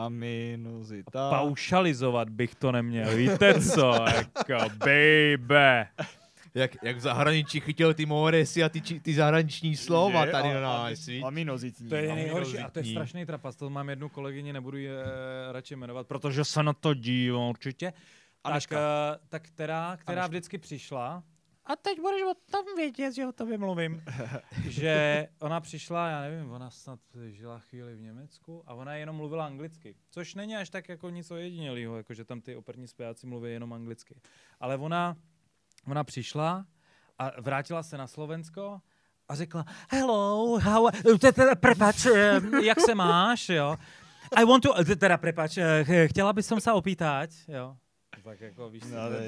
Paušalizovat bych to neměl, víte co, jako baby. Jak v zahraničí chytil ty Moresy a ty zahraniční slova tady na nás, víš? Aminozitní. To je nejhorší a to je strašný trapas. To mám jednu kolegyni, nebudu ji radši jmenovat, protože se na to dívám určitě. Tak která vždycky přišla, a teď budeš o tom vědět, že o tobě mluvím, že ona přišla, já nevím, ona snad žila chvíli v Německu a ona jenom mluvila anglicky, což není až tak jako nic ojedinělého, jako že tam ty operní zpěváci mluví jenom anglicky. Ale ona přišla a vrátila se na Slovensko a řekla, hello, prepač, jak se máš, jo? I want to, prepač, chtěla bych se opýtať, jo? Tak jako víš,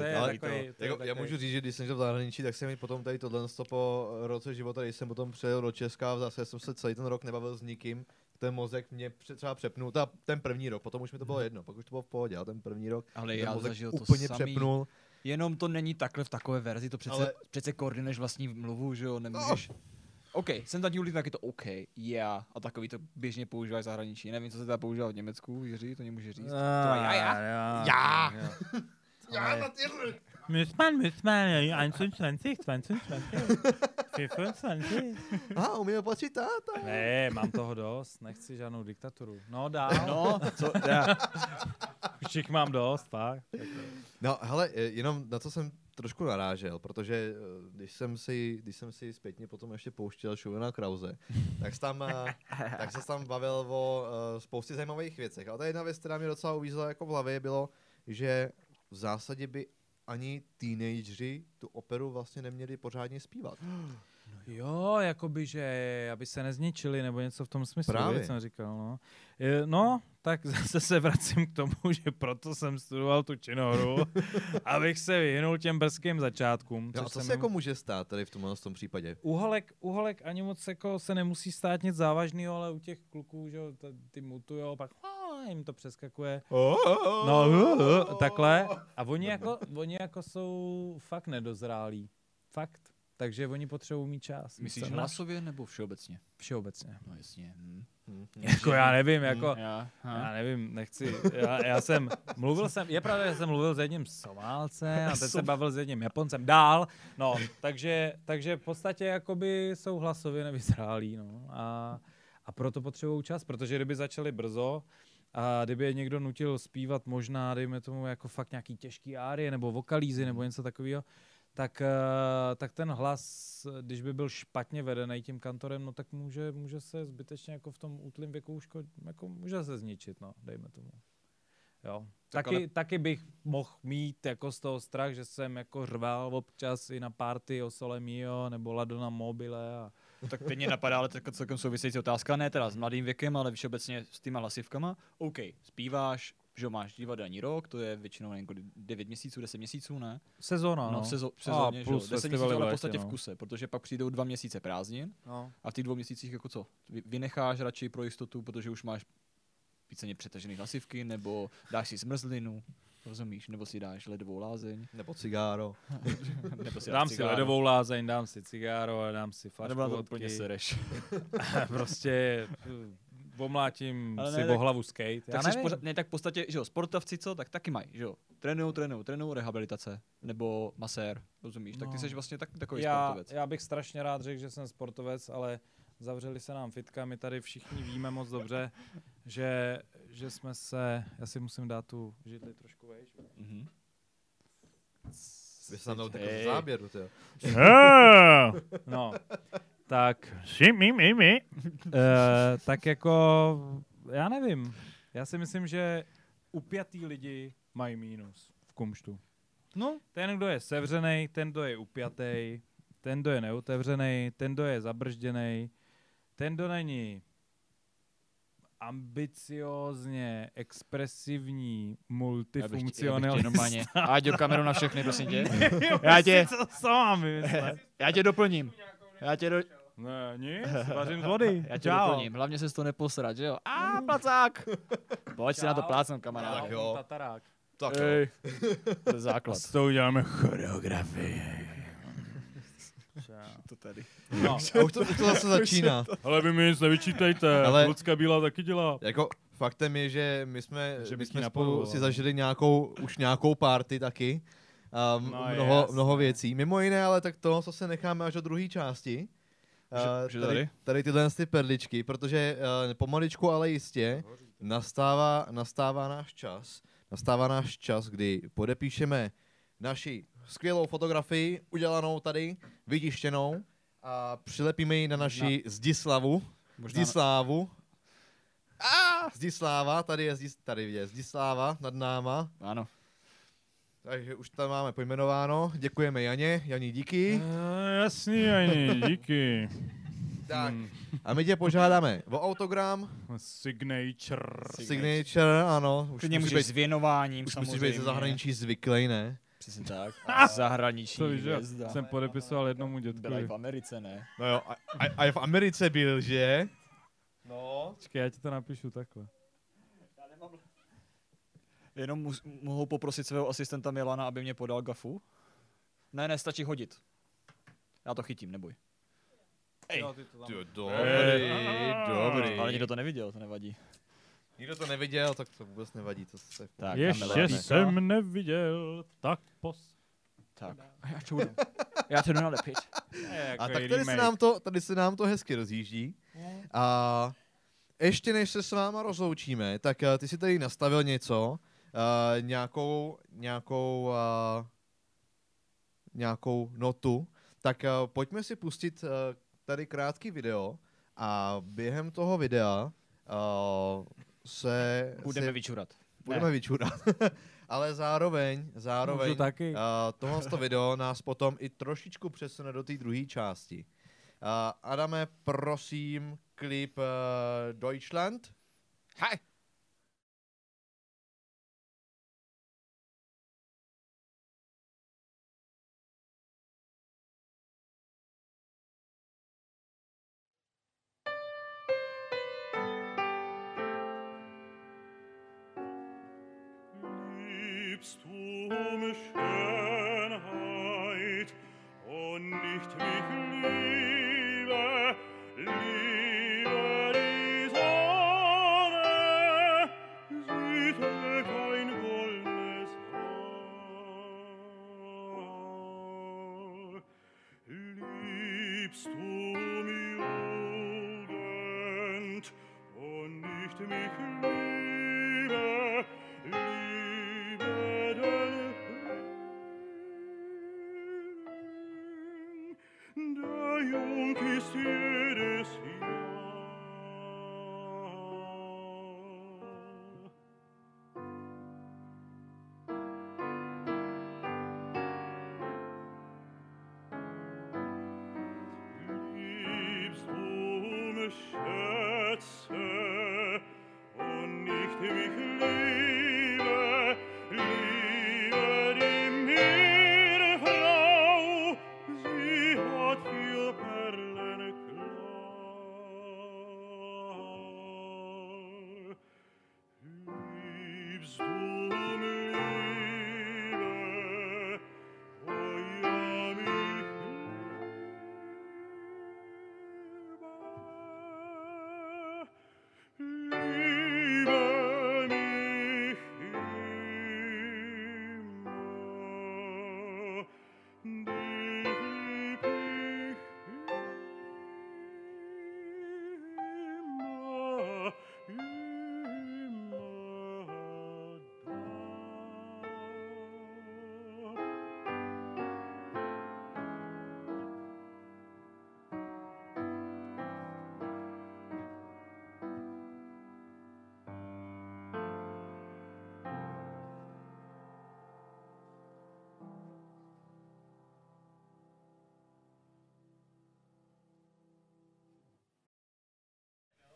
já můžu říct, že když jsem v zahraničí, tak jsem mi potom tady tohle po roce života, když jsem potom přijel do Česka a zase jsem se celý ten rok nebavil s nikým, ten mozek mě třeba přepnul, ten první rok, potom už mi to bylo jedno, pak už to bylo v pohodě, ale ten první rok, ale ten já mozek zažil to úplně samý. přepnul. Jenom to není takhle v takové verzi, to přece koordinuješ vlastní mluvu, že jo, nemůžeš... OK, jsem tady ulit, tak je to OK, yeah, a takový to běžně používají v zahraničí. Nevím, co se teda používá v Německu, Jiří, to nemůže říct. Já! Müsste 21, 25. Umíme počítat. Ne, mám toho dost, nechci žádnou diktaturu. No dál. No, co? Už jich mám dost, tak. No, hele, jenom na co jsem trošku narážel, protože když jsem si zpětně potom ještě pouštěl Schulena Krause, tak se tam bavil o spoustě zajímavých věcech. A ta jedna věc, která mě docela uvízla jako v hlavě, bylo, že v zásadě by ani teenageři tu operu vlastně neměli pořádně zpívat. Jo, jakoby, že aby se nezničili, nebo něco v tom smyslu, Právě. jsem říkal, no. No, tak zase se vracím k tomu, že proto jsem studoval tu činohru, abych se vyhnul těm brzkým začátkům. No a co se jako může stát tady v tom případě? Uholek ani moc jako se nemusí stát nic závažného, ale u těch kluků, že ty mutujou, pak jim to přeskakuje. No, takhle. A oni jako jsou fakt nedozrálí. Fakt. Takže oni potřebují mít čas. Myslíš hlasově nebo všeobecně? Všeobecně. No jasně. Jako já nevím, já nevím, nechci. Já jsem mluvil je pravda, že jsem mluvil s jedním Somálcem a teď se bavil s jedním Japoncem dál. No, takže v podstatě jakoby jsou hlasově nevyzrálí, no. A proto potřebují čas, protože kdyby začali brzo A kdyby je někdo nutil zpívat možná, dejme tomu, jako fakt nějaký těžký árie nebo vokalízy nebo něco takového, tak ten hlas, když by byl špatně vedený tím kantorem, no tak může se zbytečně jako v tom útlým věku jako může se zničit, no, dejme tomu. Jo. Taky bych mohl mít jako z toho strach, že jsem jako řval občas i na party o Sole Mio nebo Lado na mobile. A... No, tak teď mě napadá, ale tak celkem související otázka, ne teda s mladým věkem, ale všeobecně s těma hlasivkama. OK, zpíváš, že máš divadelní rok, to je většinou jako 9 měsíců, 10 měsíců, ne? Sezóna, no. V sezóně, plus 10 měsíců, ale v podstatě no. v kuse, protože pak přijdou 2 měsíce prázdnin a v těch 2 měsících jako co? Vynecháš radši pro jistotu, protože už máš víceně přetažený hlasivky, nebo dáš si zmrzlinu, rozumíš, nebo si dáš ledovou lázeň. Nebo cigáro. Nebo si dám si ledovou lázeň, dám si cigáro a dám si flašku nebo to vodky. úplně sereš. Prostě omlátím si o hlavu skate. Tak v podstatě, že jo, sportovci co, tak taky mají, že jo. Trénují, rehabilitace, nebo masér, rozumíš, tak ty jsi vlastně takový sportovec. Já bych strašně rád řekl, že jsem sportovec, ale zavřeli se nám fitka, my tady všichni víme moc dobře, že jsme se, já si musím dát tu židli trošku vejš. Mhm. Vy se tam dal takový záběru, tyjo. No, tak tak jako, já nevím, já si myslím, že upjatý lidi mají mínus v kumštu. No, ten, kdo je sevřenej, ten, kdo je upjatý, ten, kdo je neotevřený, ten, kdo je zabržděnej, ten, kdo není ambiciozně, expresivní, multifunkcionalista. Ať do kameru na všechny, prosím tě. Já tě doplním. Ne, nic, vařím z vody. Já tě doplním, hlavně se to neposrat, že jo? Placák! Pojď si na to plácnout, kamaráde. Tak jo. Tatarák. Tak jo. To je základ. S tou uděláme choreografii. To tady. No. A už to zase začíná. Ale vy mi nic nevyčítejte, Ale- Lucka Bílá taky dělá. Jako faktem je, že my jsme bych spolu ji napodoboval. si zažili nějakou party taky. Mnoho věcí. Mimo jiné, ale tak to, co se necháme až do druhé části. Tady tyhle ty perličky, protože pomaličku, ale jistě nastává náš čas. Nastává náš čas, kdy podepíšeme naši skvělou fotografii, udělanou tady, vytištěnou a přilepíme ji na naši Zdislávu. Zdisláva, tady je Zdisláva nad náma. Ano. Takže už tam máme pojmenováno. Děkujeme Janí, díky. Jasný, Jani, díky. Tak, a my tě požádáme o autogram. Signature, ano. Už Ty můžeš s věnováním, už musíš být ze zahraničí zvyklý, ne? Přesně tak. Zahraniční hvězda. Jsem podepisoval jednomu dětkovi. Byla i v Americe, ne? No jo, a v Americe byl, že? No. Počkej, já ti to napíšu takhle. Já nemám... Jenom mohou poprosit svého asistenta Milana, aby mě podal gafu? Ne, stačí hodit. Já to chytím, neboj. Ej. Dobrý. Ale nikdo to neviděl, to nevadí. Nikdo to neviděl, tak to vůbec nevadí. To se... Tak, ještě jsem neviděl, tak Tak, já to jdu nalepit. A tak tady se nám to hezky rozjíždí. A ještě než se s váma rozloučíme, tak ty si tady nastavil něco, nějakou notu, tak pojďme si pustit tady krátký video a během toho videa Budeme vyčurat. Budeme vyčurat. Ale zároveň tohle video nás potom i trošičku přesune do té druhé části. Adame, prosím, klip Deutschland. Hi. Liebst du mich Schönheit und nicht mich Liebe, Liebe die Sonne, sie trägt ein goldenes Haar. Liebst du mich Jugend und nicht mich Liebe,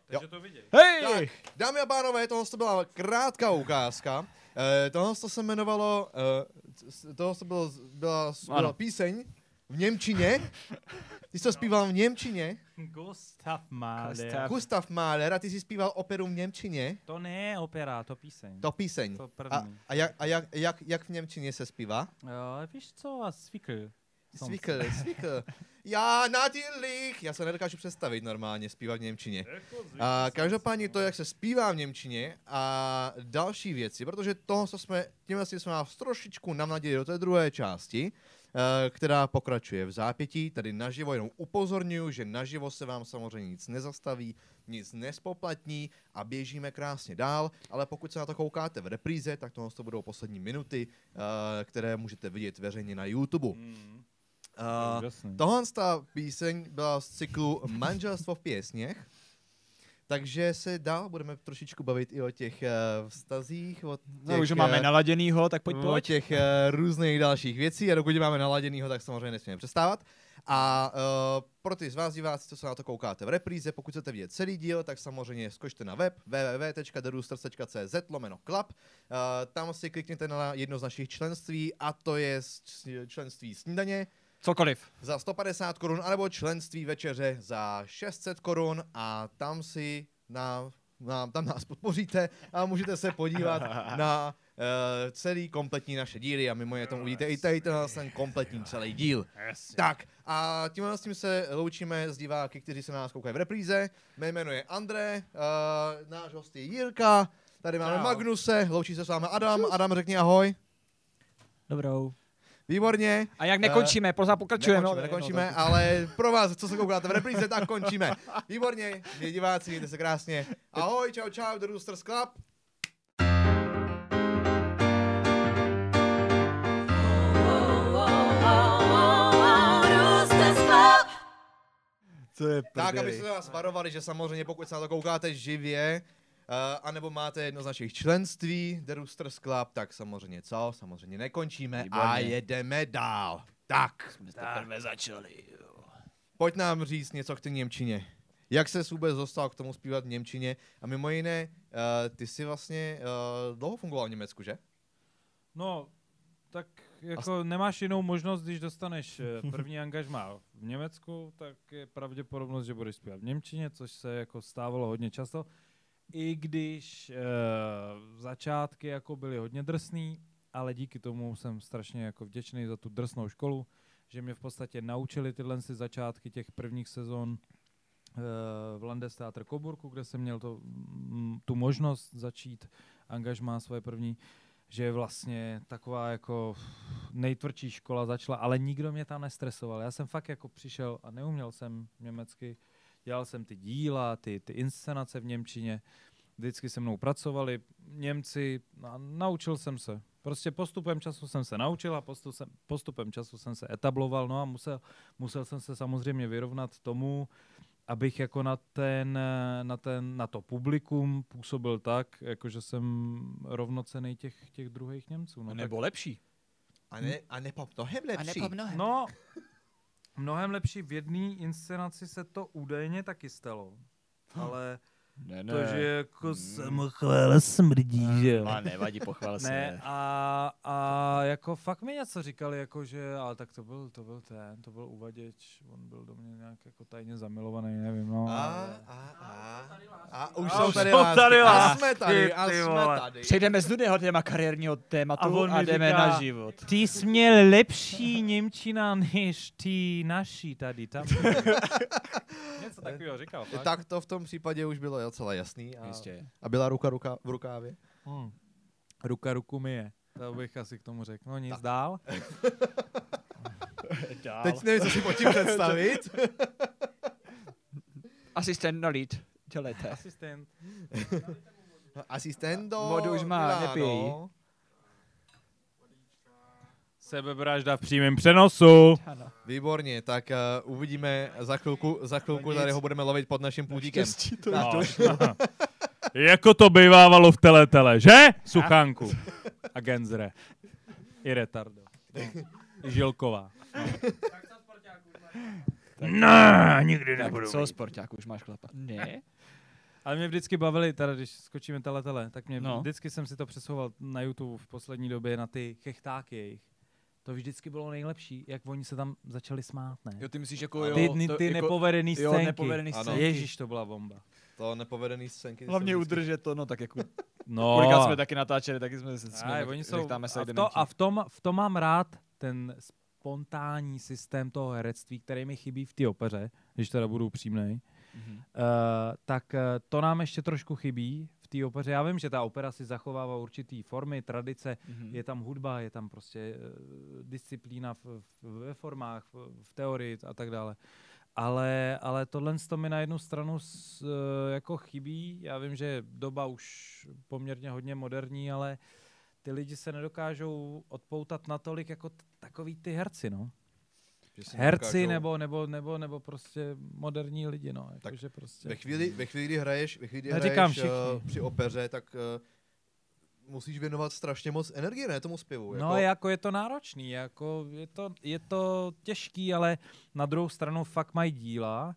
Takže to viděj. Hej! Dámy a pánové, tohle to byla krátká ukázka. Tohle to se jmenovalo, tohle to byla píseň v němčině. Ty jsi to zpíval v němčině. Gustav Mahler. Gustav Mahler, a ty jsi zpíval operu v němčině. To ne opera, to píseň. To píseň. To první. A jak v němčině se zpívá? Víš co, Zwickl. Zwickl. Já natürlich. Já se nedokážu představit normálně zpívat v němčině. A každopádně to, jak se zpívá v němčině a další věci, protože toho, co jsme, tím jsme vás trošičku namladili do té druhé části, která pokračuje v zápětí, tady naživo, jenom upozorňuji, že naživo se vám samozřejmě nic nezastaví, nic nespoplatní a běžíme krásně dál, ale pokud se na to koukáte v repríze, tak tohle to budou poslední minuty, které můžete vidět veřejně na YouTube. Tohle ta píseň byla z cyklu Manželstvo v pěsněch, takže se dál budeme trošičku bavit i o těch vztazích, o těch, No už máme naladěnýho, tak pojď. O těch různých dalších věcí a dokud máme naladěnýho, tak samozřejmě nesmíme přestávat. A pro ty z vás diváci, co se na to koukáte v repríze, pokud chcete vidět celý díl, tak samozřejmě skočte na web www.theroosters.cz/club. Tam si klikněte na jedno z našich členství a to je členství snídaně. Cokoliv. Za 150 korun, anebo členství večeře za 600 korun a tam si tam nás podpoříte a můžete se podívat na celý kompletní naše díly a mimo je tam uvidíte i tady ten kompletní celý díl. Tak a tímhle s tím se loučíme s diváky, kteří se na nás koukají v repríze. Mé jméno je André, náš host je Jirka, tady máme Magnuse, loučí se s vámi Adam. Adam, řekni ahoj. Dobrou. Výborně. A jak nekončíme, pokračujeme. Nekončíme, ale pro vás, co se koukáte v repríze, tak končíme. Výborně, milí diváci, mějte se krásně. Ahoj, čau, The Roosters Club. Co je tak, aby se vás varovali, že samozřejmě pokud se na to koukáte živě, anebo máte jedno z našich členství, The Roosters Club, tak samozřejmě co? Samozřejmě nekončíme. Výborně. A jedeme dál. Tak. Jsme teprve začali. Pojď nám říct něco k té němčině. Jak ses vůbec dostal k tomu zpívat v němčině? A mimo jiné, ty jsi vlastně dlouho fungoval v Německu, že? No, tak jako nemáš jinou možnost, když dostaneš první angažmá v Německu, tak je pravděpodobnost, že budeš zpívat v němčině, což se jako stávalo hodně často. I když začátky jako byly hodně drsný, ale díky tomu jsem strašně jako vděčný za tu drsnou školu, že mě v podstatě naučili tyhle začátky těch prvních sezon v Landestheater Coburgu, kde jsem měl tu možnost začít angažmá svoje první, že je vlastně taková jako nejtvrdší škola začala, ale nikdo mě tam nestresoval. Já jsem fakt jako přišel a neuměl jsem německy, dělal jsem ty díla, ty inscenace v němčině, vždycky se mnou pracovali Němci a naučil jsem se. Prostě postupem času jsem se naučil a postupem času jsem se etabloval, no a musel jsem se samozřejmě vyrovnat tomu, abych jako na to publikum působil tak, jakože jsem rovnocenný těch druhých Němců. No, nebo lepší. A ne mnohem lepší. No, mnohem lepší. V jedné inscenaci se to údajně taky stalo, ale ne. To, že jako samochvála smrdí, že jo. A nevadí, pochvál se. Ne, a jako fakt mi něco říkali, jako že, ale tak to byl uvaděč, on byl do mě nějak jako tajně zamilovaný, nevím, no. A už jsou tady lásky. A jsme tady. Přejdeme z nudného kariérního tématu a jdeme na život. Ty jsi měl lepší němčina než ty naší tady, tam. Něco takového říkal, fakt. Tak to v tom případě už bylo docela jasný. A byla ruka v rukávě? Ruka ruku myje. To bych asi k tomu řekl. No nic, dál. Teď nevím, co si pod tím představit. Asistent na lead. Dělejte. Asistento. Vodu už má, nepij. Sebevražda v přímém přenosu. Ano. Výborně, tak uvidíme za chvilku tady ho budeme lovit pod naším půdíkem. Jako to bývávalo v Teletele, že? Suchánku. A Genzre. I Retardo. I Žilková. No, nikdy nebudu. Co sportáku už máš chlapa? Ne? Ale mě vždycky bavili, teda když skočíme tele, tak mě vždycky jsem si to přesouval na YouTube v poslední době na ty chechtáky jejich. To vždycky bylo nejlepší, jak oni se tam začali smát, ne? Jo, ty myslíš jako ty nepovedený scénky. Jo, nepovedený scénky. Ježíš, to byla bomba. To nepovedený scénky. Hlavně udržet to, no tak jako... No. Kolikrát jsme taky natáčeli, taky jsme se směli. V tom mám rád ten spontánní systém toho herectví, který mi chybí v té opeře, když teda budu upřímnej. Tak to nám ještě trošku chybí v té opeře. Já vím, že ta opera si zachovává určitý formy, tradice, je tam hudba, je tam prostě disciplína ve formách, v teorii a tak dále. Ale tohle mi na jednu stranu jako chybí. Já vím, že je doba už poměrně hodně moderní, ale ty lidi se nedokážou odpoutat natolik jako takový ty herci, no. Herci nebo prostě moderní lidi, no. Jako, že prostě... Ve chvíli, kdy hraješ při opeře, tak musíš věnovat strašně moc energie, ne, tomu zpěvu. No, jako je to náročný, jako je to těžký, ale na druhou stranu fakt mají díla,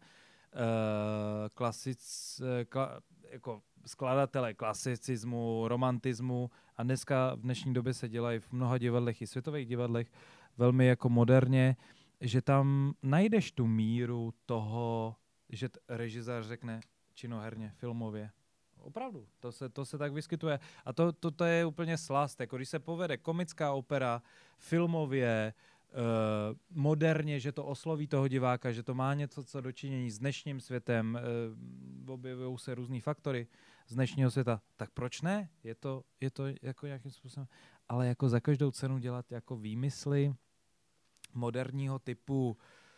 jako skladatele klasicismu, romantismu a dneska v dnešní době se dělají v mnoha divadlech i světových divadlech velmi jako moderně, že tam najdeš tu míru toho, že režisér řekne činoherně, filmově. Opravdu, to se tak vyskytuje. A to je úplně slast. Jako když se povede komická opera, filmově, moderně, že to osloví toho diváka, že to má něco co dočinění s dnešním světem, objevují se různý faktory z dnešního světa, tak proč ne? Je to jako nějakým způsobem, ale jako za každou cenu dělat jako výmysly moderního typu,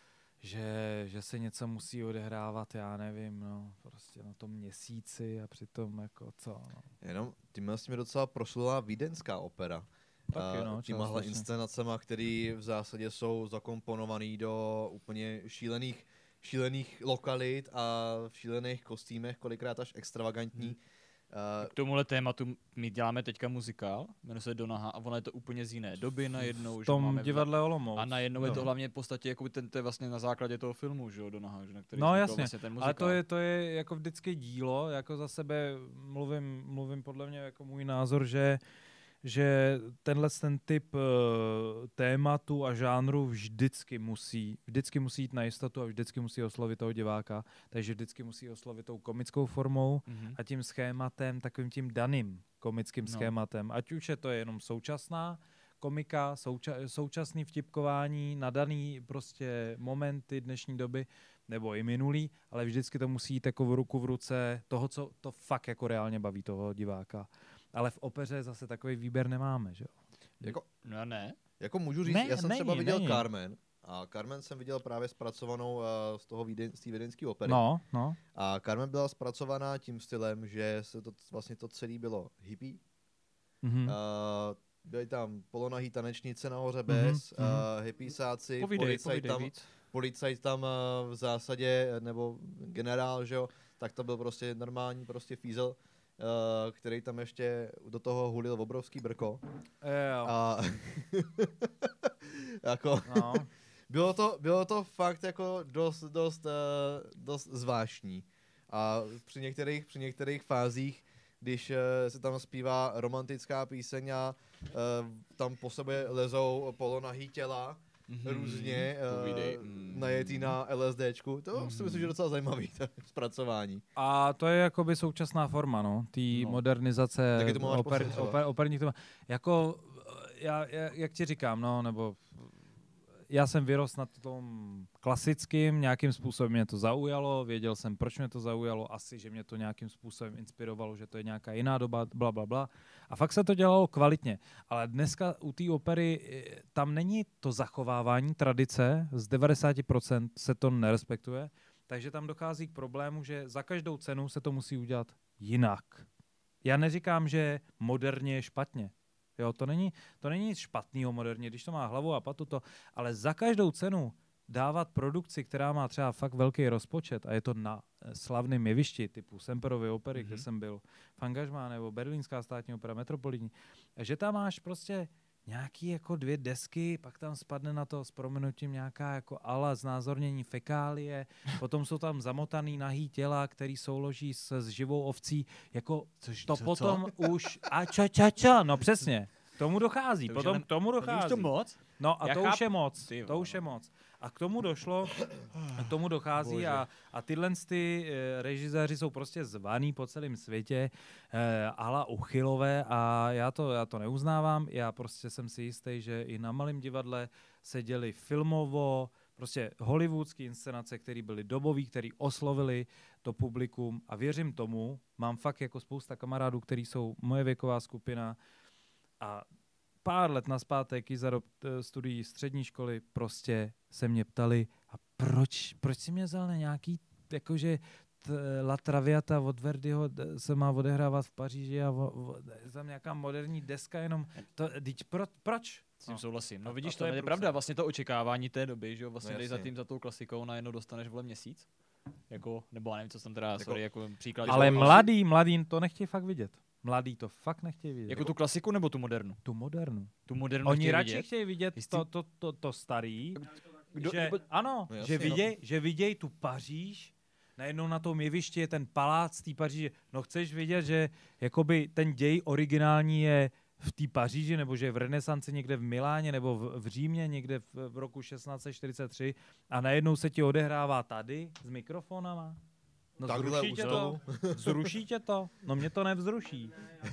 že se něco musí odehrávat, já nevím, no, prostě na tom měsíci a přitom jako co, no. Jenom tímhle s tím docela proslula vídeňská opera. Taky, no, tímhle inscenacema, který v zásadě jsou zakomponovaný do úplně šílených lokalit a v šílených kostýmech, kolikrát až extravagantní. K tomuhle tématu my děláme teďka muzikál, jmenuje se Donaha a ono je to úplně z jiné doby najednou. V tom divadle Olomouc. A najednou je to hlavně v podstatě jako to je vlastně na základě toho filmu, že jo, Donaha, že, na který no jasně, vlastně ten muzikál. Ale to je jako vždycky dílo, jako za sebe mluvím podle mě jako můj názor, že ten typ tématu a žánru vždycky musí jít na jistotu a vždycky musí oslovit toho diváka, takže vždycky musí oslovit tou komickou formou a tím schématem, takovým tím daným komickým schématem. Ať už je to jenom současná komika, současný vtipkování na daný prostě momenty dnešní doby, nebo i minulý, ale vždycky to musí jít jako v ruku v ruce toho, co to fakt jako reálně baví toho diváka. Ale v opeře zase takový výběr nemáme, že jo? No ne. Jako můžu říct, já jsem třeba viděl Carmen a Carmen jsem viděl právě zpracovanou z té vídeňské opery. No. A Carmen byla zpracovaná tím stylem, že se vlastně to celé bylo hippie. Byly tam polonahý tanečnice nahoře bez, hippiesáci, policajt tam v zásadě, nebo generál, že jo, tak to byl prostě normální fízel, který tam ještě do toho hulil obrovský brko. A jako bylo to fakt jako dost zvláštní. A při některých fázích, když se tam zpívá romantická píseň a tam po sobě lezou polonahý těla, různě najetý na LSDčku. To si myslím, že je docela zajímavý zpracování. A to je jakoby současná forma, no, té modernizace operních témat. Jako, jak ti říkám, no, nebo já jsem vyrostl na tom klasickým, nějakým způsobem mě to zaujalo, věděl jsem, proč mě to zaujalo, asi, že mě to nějakým způsobem inspirovalo, že to je nějaká jiná doba, blablabla. A fakt se to dělalo kvalitně. Ale dneska u té opery tam není to zachovávání tradice, z 90% se to nerespektuje, takže tam dochází k problému, že za každou cenu se to musí udělat jinak. Já neříkám, že moderně je špatně. Jo, to není nic špatného moderně, když to má hlavu a patu to, ale za každou cenu dávat produkci, která má třeba fakt velký rozpočet a je to na slavném jevišti typu Semperovy opery, kde jsem byl v angažmá, nebo Berlínská státní opera, Metropolitní, že tam máš prostě nějaký jako 2 desky, pak tam spadne na to s prominutím nějaká jako ala znázornění fekálie, potom jsou tam zamotaný nahý těla, který souloží s živou ovcí, jako to potom už, no přesně, k tomu dochází, potom k tomu dochází. Už to moc? No a Já to chápu. už je moc, Ty to už je moc. A k tomu došlo, k tomu dochází a tyhle režiséři jsou prostě zvaný po celém světě ala Uchylové a já to neuznávám, já prostě jsem si jistý, že i na Malém divadle se děli filmovo, prostě hollywoodský inscenace, které byly dobový, které oslovili to publikum a věřím tomu, mám fakt jako spousta kamarádů, kteří jsou moje věková skupina a pár let nazpátek i za rok studií střední školy prostě se mě ptali, a proč si mě vzal na nějaký, jakože La Traviata od Verdiho se má odehrávat v Paříži a tam nějaká moderní deska jenom, proč? S tím souhlasím. No A vidíš, to to je je pravda, vlastně to očekávání té doby, že jo, vlastně No jdeš jasně. za tou klasikou, najednou dostaneš vole měsíc. Jako, nebo já nevím, co jsem teda, sorry, jako příklad. Ale že jo, mladý to nechtějí fakt vidět. Mladý to fakt nechtějí vidět. jako tu klasiku nebo tu modernu? tu modernu. Tu modernu Oni chtějí radši vidět? chtějí vidět Jistý? to starý, Kdo- že, ano, No že, jasně, že vidějí tu Paříž, najednou na tom jevišti je ten palác té Paříže. No chceš vidět, že jakoby ten děj originální je v té Paříži, nebo že je v renesanci někde v Miláně, nebo v Římě někde v roku 1643 a najednou se ti odehrává tady s mikrofonama? No Takhle zruší u tě to? Zruší tě to? No mě to nevzruší.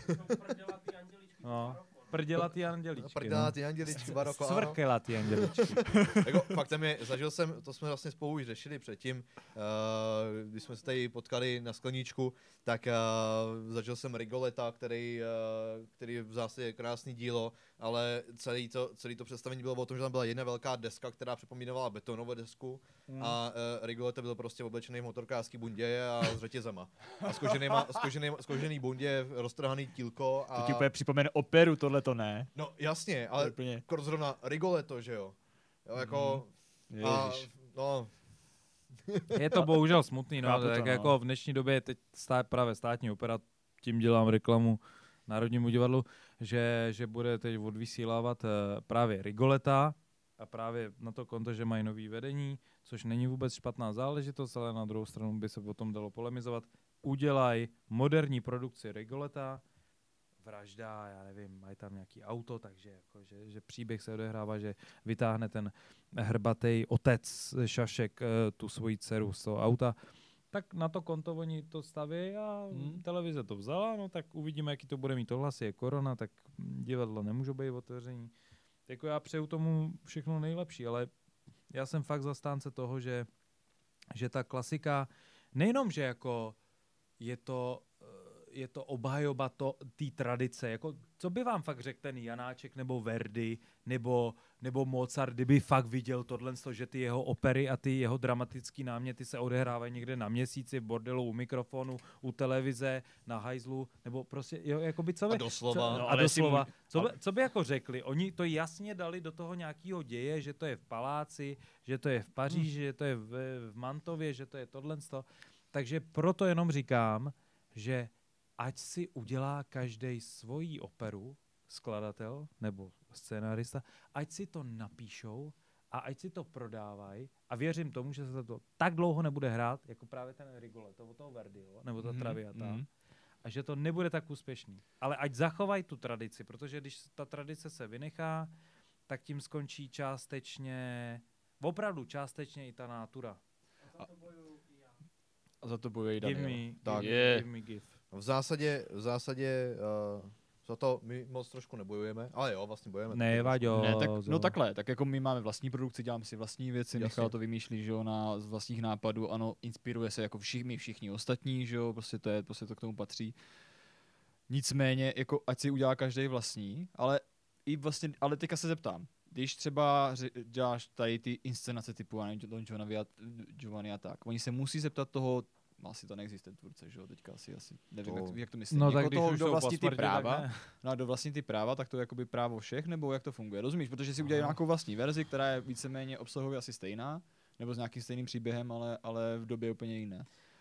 No, prdělatý anděličky. Prdá, ty anděličky, baroko, ano. Svrkelatý anděličky. Jako, faktem je, zažil jsem, to jsme vlastně spolu už řešili předtím, když jsme se tady potkali na skleníčku, tak zažil jsem Rigoleta, který je v zásadě krásný dílo, ale celý to představení bylo o tom, že tam byla jedna velká deska, která připomínala betonovou desku a Rigoleta byl prostě oblečený v motorkářský bundě a s řetězama. A z kožený bundě roztrhaný tílko a... To ti úplně připomene operu, tohle to ne. No jasně, ale Úplně. zrovna Rigoletto, že jo? Jo, jako... A, Ježiš. no, Je to bohužel smutný, no, Chápu to, tak no. jako v dnešní době teď právě státní opera, tím dělám reklamu Národnímu divadlu, že bude teď odvysílávat právě Rigoleta a právě na to konto, že mají nový vedení, což není vůbec špatná záležitost, ale na druhou stranu by se o tom dalo polemizovat. Udělaj moderní produkci Rigoleta, vražda, já nevím, mají tam nějaký auto, takže jako, že příběh se odehrává, že vytáhne ten hrbatý otec Šašek tu svoji dceru z toho auta, tak na to konto oni to staví a televize to vzala, no tak uvidíme, jaký to bude mít ohlasy, je korona, tak divadla nemůžou být otevření. Jako já přeju tomu všechno nejlepší, ale já jsem fakt zastánce toho, že ta klasika, nejenom, že jako je to obhajoba té tradice. Jako, co by vám fakt řekl ten Janáček nebo Verdi nebo Mozart, kdyby fakt viděl tohle, že ty jeho opery a ty jeho dramatický náměty se odehrávají někde na měsíci, v bordelu, u mikrofonu, u televize, na hajzlu, nebo prostě, jo, jakoby co by... a doslova. No, A ale doslova. jestli Co by jako řekli? Oni to jasně dali do toho nějakého děje, že to je v paláci, že to je v Paříži, že to je v Mantově, že to je tohle. Takže proto jenom říkám, že ať si udělá každý svoji operu, skladatel nebo scénárista, ať si to napíšou a ať si to prodávají a věřím tomu, že se to tak dlouho nebude hrát, jako právě ten Rigoletto od toho Verdiho, nebo ta Traviata, a že to nebude tak úspěšný. Ale ať zachovají tu tradici, protože když ta tradice se vynechá, tak tím skončí opravdu částečně i ta nátura. A za to bojuje i Give Daniel. me, Tak. give me, give. V zásadě za to my moc trošku nebojujeme, ale jo, vlastně bojujeme. Ne, Vaďo. Ne, tak, no takhle, tak jako my máme vlastní produkci, děláme si vlastní věci, Jasně. Michal to vymýšlí, že jo, z vlastních nápadů, ano, inspiruje se jako všichni ostatní, že jo, prostě to k tomu patří. Nicméně, jako ať si udělá každý vlastní, ale teďka se zeptám, když třeba děláš tady ty inscenace typu Don Giovanni a tak, oni se musí zeptat toho, asi to neexistuje tvůrce, že jo, teďka asi nevím, jak to myslím. No jako tak když toho, už kdo jsou vlastní po ty smrti, tak práva, ne. no a kdo vlastní ty práva, tak to je jakoby právo všech, nebo jak to funguje, rozumíš? Protože si udělají nějakou vlastní verzi, která je víceméně obsahově asi stejná, nebo s nějakým stejným příběhem, ale v době úplně jiné.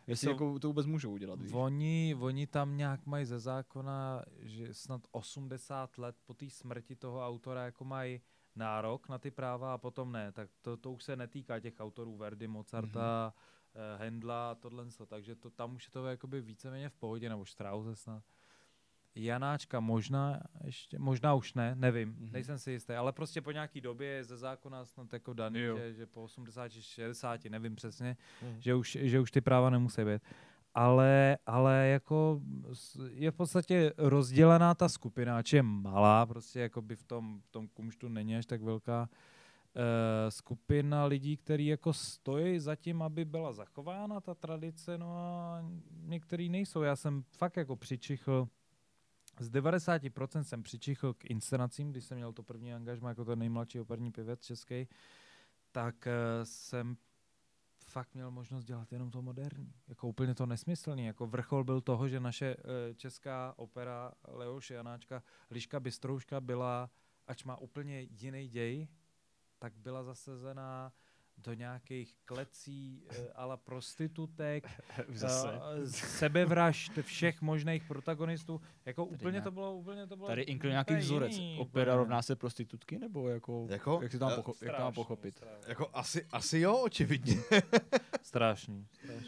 Jestli jako to vůbec můžou udělat, víš? Oni tam nějak mají ze zákona, že snad 80 let po té smrti toho autora jako mají nárok na ty práva a potom ne. Tak to už se netýká těch autorů Verdi, Mozarta, Handla a tohle. Takže tam už je to jakoby víceméně v pohodě, nebo Strause snad. Janáčka možná už ne, nevím, nejsem si jistý, ale prostě po nějaký době je ze zákona snad jako daný, že po 80, 60, nevím přesně, že už ty práva nemusí být. Ale jako je v podstatě rozdělená ta skupina, ač je malá, prostě jako by v tom kumštu není až tak velká skupina lidí, který jako stojí za tím, aby byla zachována ta tradice, no a některý nejsou. Já jsem fakt jako přičichl, z 90% jsem přičichl k inscenacím, když jsem měl to první angažmá jako ten nejmladší operní pěvec český, tak jsem fakt měl možnost dělat jenom to moderní. Jako úplně to nesmyslný. Jako vrchol byl toho, že naše česká opera Leoše Janáčka Liška Bystrouška byla, ač má úplně jiný děj, tak byla zasazená do nějakých klecí ala prostitutek, sebevražd všech možných protagonistů. Jako úplně to bylo. Tady inkl nějaký vzorec. Opera rovná se prostitutky, nebo jako jak si tam pochopit? Jako asi jo, očividně. Strašný.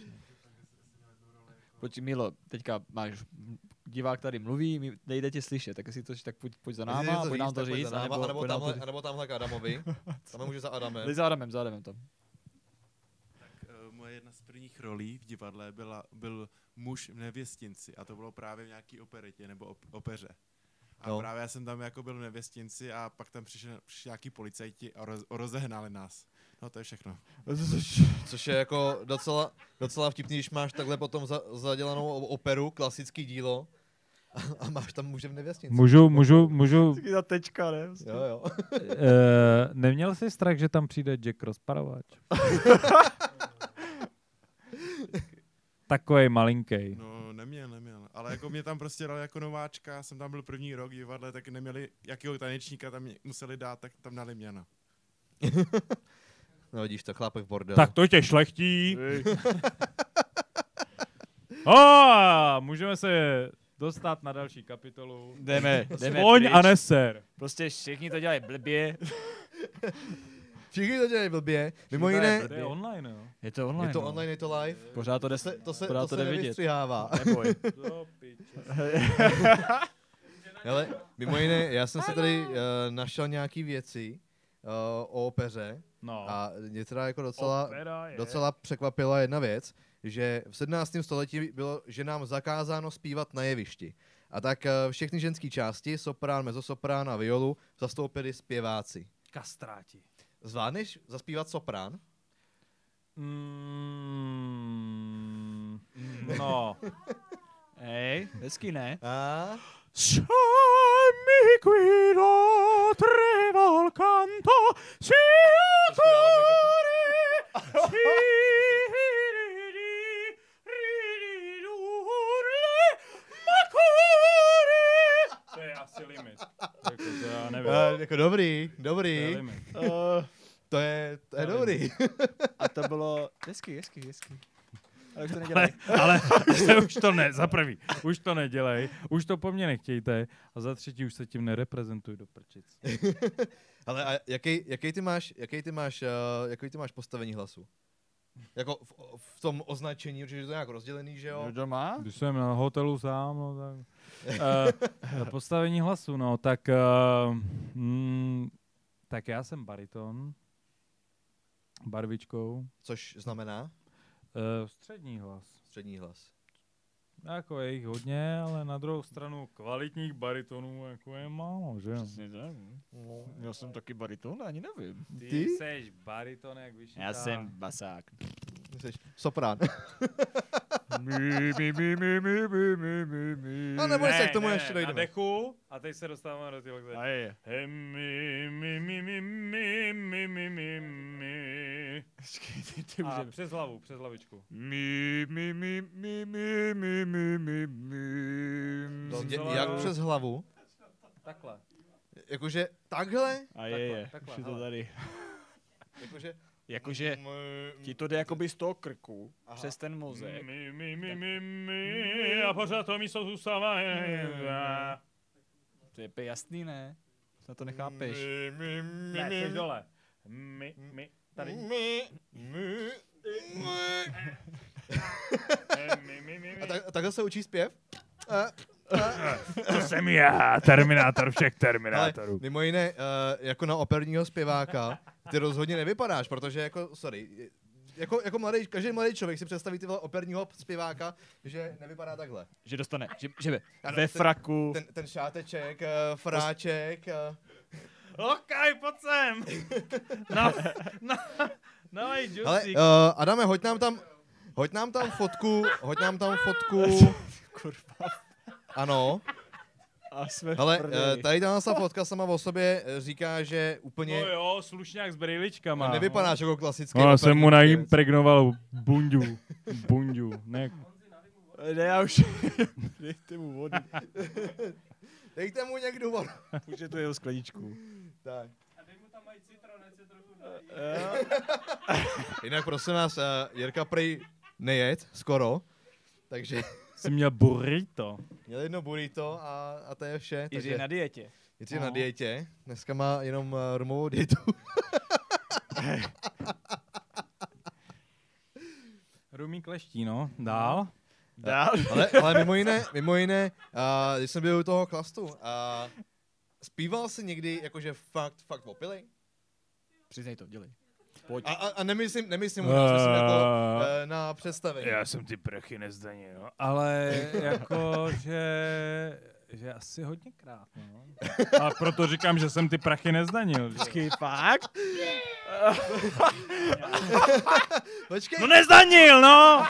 Pojď, Milo, teďka máš divák tady mluví, nejde tě slyšet, tak jestli to tak pojď za náma, pojď nám to říct, anebo tamhle k Adamovi. Tam může za Adamem. Jdi za Adamem tam. Moje jedna z prvních rolí v divadle byl muž v Nevěstinci a to bylo právě v nějaký operetě nebo opeře. A právě já jsem tam jako byl v Nevěstinci a pak tam přišli nějaký policajti a rozehnali nás. No to je všechno. Což je jako docela vtipný, když máš takhle potom zadělanou operu, klasický dílo a máš tam muže v Nevěstinci. Můžu. Ta tečka, ne? Jo. Neměl jsi strach, že tam přijde Jack Rozparovač? Takovej malinký. No, neměl. Ale jako mě tam prostě dali jako nováčka, jsem tam byl první rok v divadle, tak neměli jakýho tanečníka tam museli dát, tak tam dali mě. No vidíš, to chlápek v bordelu. Tak to tě šlechtí. Můžeme se dostat na další kapitolu. Jdeme Spoň a neser. Prostě všichni to dělají blbě. Všichni to dělají blbě. Mimo jiné... To je online, jo. Je to online. Je to online, je to live. Pořád to jde, to se nevystřihává. Neboj. Hele, mimo jiné, já jsem se tady našel nějaký věci o opeře. No. A mě teda jako docela překvapila jedna věc, že v 17. století bylo ženám zakázáno zpívat na jevišti. A tak všechny ženské části, soprán, mezzosoprán a violu, zastoupili zpěváci. Kastráti. Zvládneš zaspívat soprán? No. Hej, hezky ne? A? Mi guido treval canto to je asi limit. Jako to já nevím. Jako dobrý. To je dobrý. A to bylo hezky. Ale už to nedělej. Ale už to ne, za prvý, už to nedělej, už to po mně nechtějte a za třetí už se tím nereprezentuj do prčic. Ale a jaký ty máš postavení hlasu? Jako v tom označení, protože je to nějak rozdělený, že jo? Doma? Když jsem na hotelu sám, no tak... postavení hlasu, no, tak... tak já jsem bariton. Barvičkou. Což znamená? Střední hlas. Střední hlas. Jako je jich hodně, ale na druhou stranu kvalitních baritonů jako je málo, že jo? Přesně tak. No, já jsem taky bariton, ani nevím. Ty seš bariton, jak vyšitá. Já jsem basák. Jsi soprán. A neboj se, k tomu ještě dojdeme. Na dechu a teď se dostáváme do těch lekce. A je. A přes hlavičku. Jak přes hlavu? Takhle. Jakože takhle? A je. Takhle, Už je to tady. Jakože Jakože ti to jde jakoby z toho krku, přes ten mozek. A pořád to místo zůstává. To je jasný, ne? Na to nechápeš. Ne, jsi dole. Tady. A takhle se učí zpěv? To jsem já, Terminátor všech Terminátorů. Ale mimo jiné, jako na operního zpěváka, ty rozhodně nevypadáš, protože jako, sorry, jako mladý, každý mladý člověk si představí ty operního zpěváka, že nevypadá takhle. Že dostane, že Ano, ve fraku. Ten šáteček, fráček. Lokaj, pojď sem! No, Ale Adame, hoď nám tam fotku. Kurva. Ano. A jsme Ale tady ta fotka sama o sobě říká, že úplně No jo, slušňák s brýličkama. nevypadáš jako klasický. No, já jsem mu operní naimpregnoval bundu. Ne. Ne, já už. Dejte mu vodu. zpěv. Dejte mu někdo vodu. Může tu jeho skleničku. Tak. A dej mu tam mají citron, se trochu Jinak prosím vás, Jirka prej nejet skoro, takže Jsem měl burrito. měl jedno burrito a to je vše. Jiří je na dietě. Jiří je na dietě, dneska má jenom rumovou dietu. Rumí kleští, no. Dál. Ale mimo jiné, když jsem byl u toho chlastu, zpíval jsi někdy jakože fakt opilej? Přiznej to, dělej. Pojď. A nemyslím u nás, myslím jako na představení. Já jsem ty prachy nezdanil, ale jako, že asi hodněkrát, no. A proto říkám, že jsem ty prachy nezdanil. Že? Fakt? Počkej, No nezdanil, no!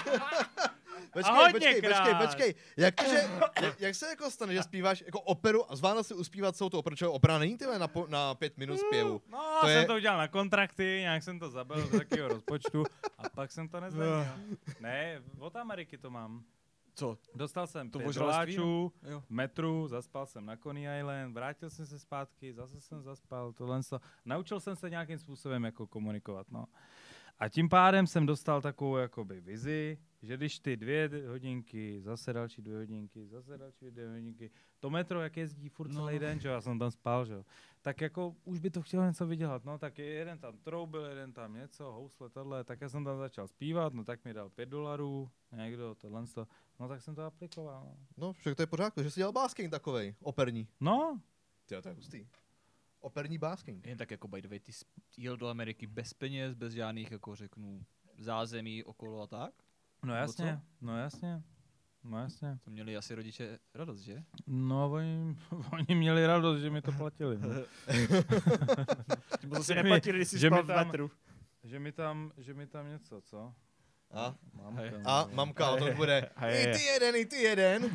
počkej. Jak se jako stane, že zpíváš jako operu a zvládl si uspívat celou tu operu, čo opera není tyhle na 5 minut zpěvu. No, To jsem je- to udělal na kontrakty, nějak jsem to zabil do takového rozpočtu a pak jsem to nezdanil. Ne, od Ameriky to mám. Co? Dostal jsem To 5 ožralství, doláčů Jo. v metru, zaspal jsem na Coney Island, vrátil jsem se zpátky, zase jsem zaspal, tohle. Naučil jsem se nějakým způsobem jako komunikovat, no. A tím pádem jsem dostal takovou jakoby vizi, že když ty 2 hodinky, zase další 2 hodinky, zase další 2 hodinky, to metro, jak jezdí furt celý den, že jo, já jsem tam spal, že jo, tak jako už by to chtělo něco vydělat, no, tak jeden tam troubil, jeden tam něco, housle, tohle, tak já jsem tam začal zpívat, no tak mi dal $5, někdo, tohle, no tak jsem to aplikoval, no. No, však to je pořád, že jsi dělal basking takovej, operní. No, Tyjo, to je hustý. Operní basking. Jen tak jako by the way, ty jel do Ameriky bez peněz, bez žádných, jako řeknu, zázemí okolo a tak? no Nebo jasně, co? no jasně, no jasně. To měli asi rodiče radost, že? No, oni měli radost, že mi to platili. No. Nebo to Že si mi- neplatili, když jsi že mi spal v tam- metru. Že mi tam něco, co? A mamka, to bude. I ty jeden.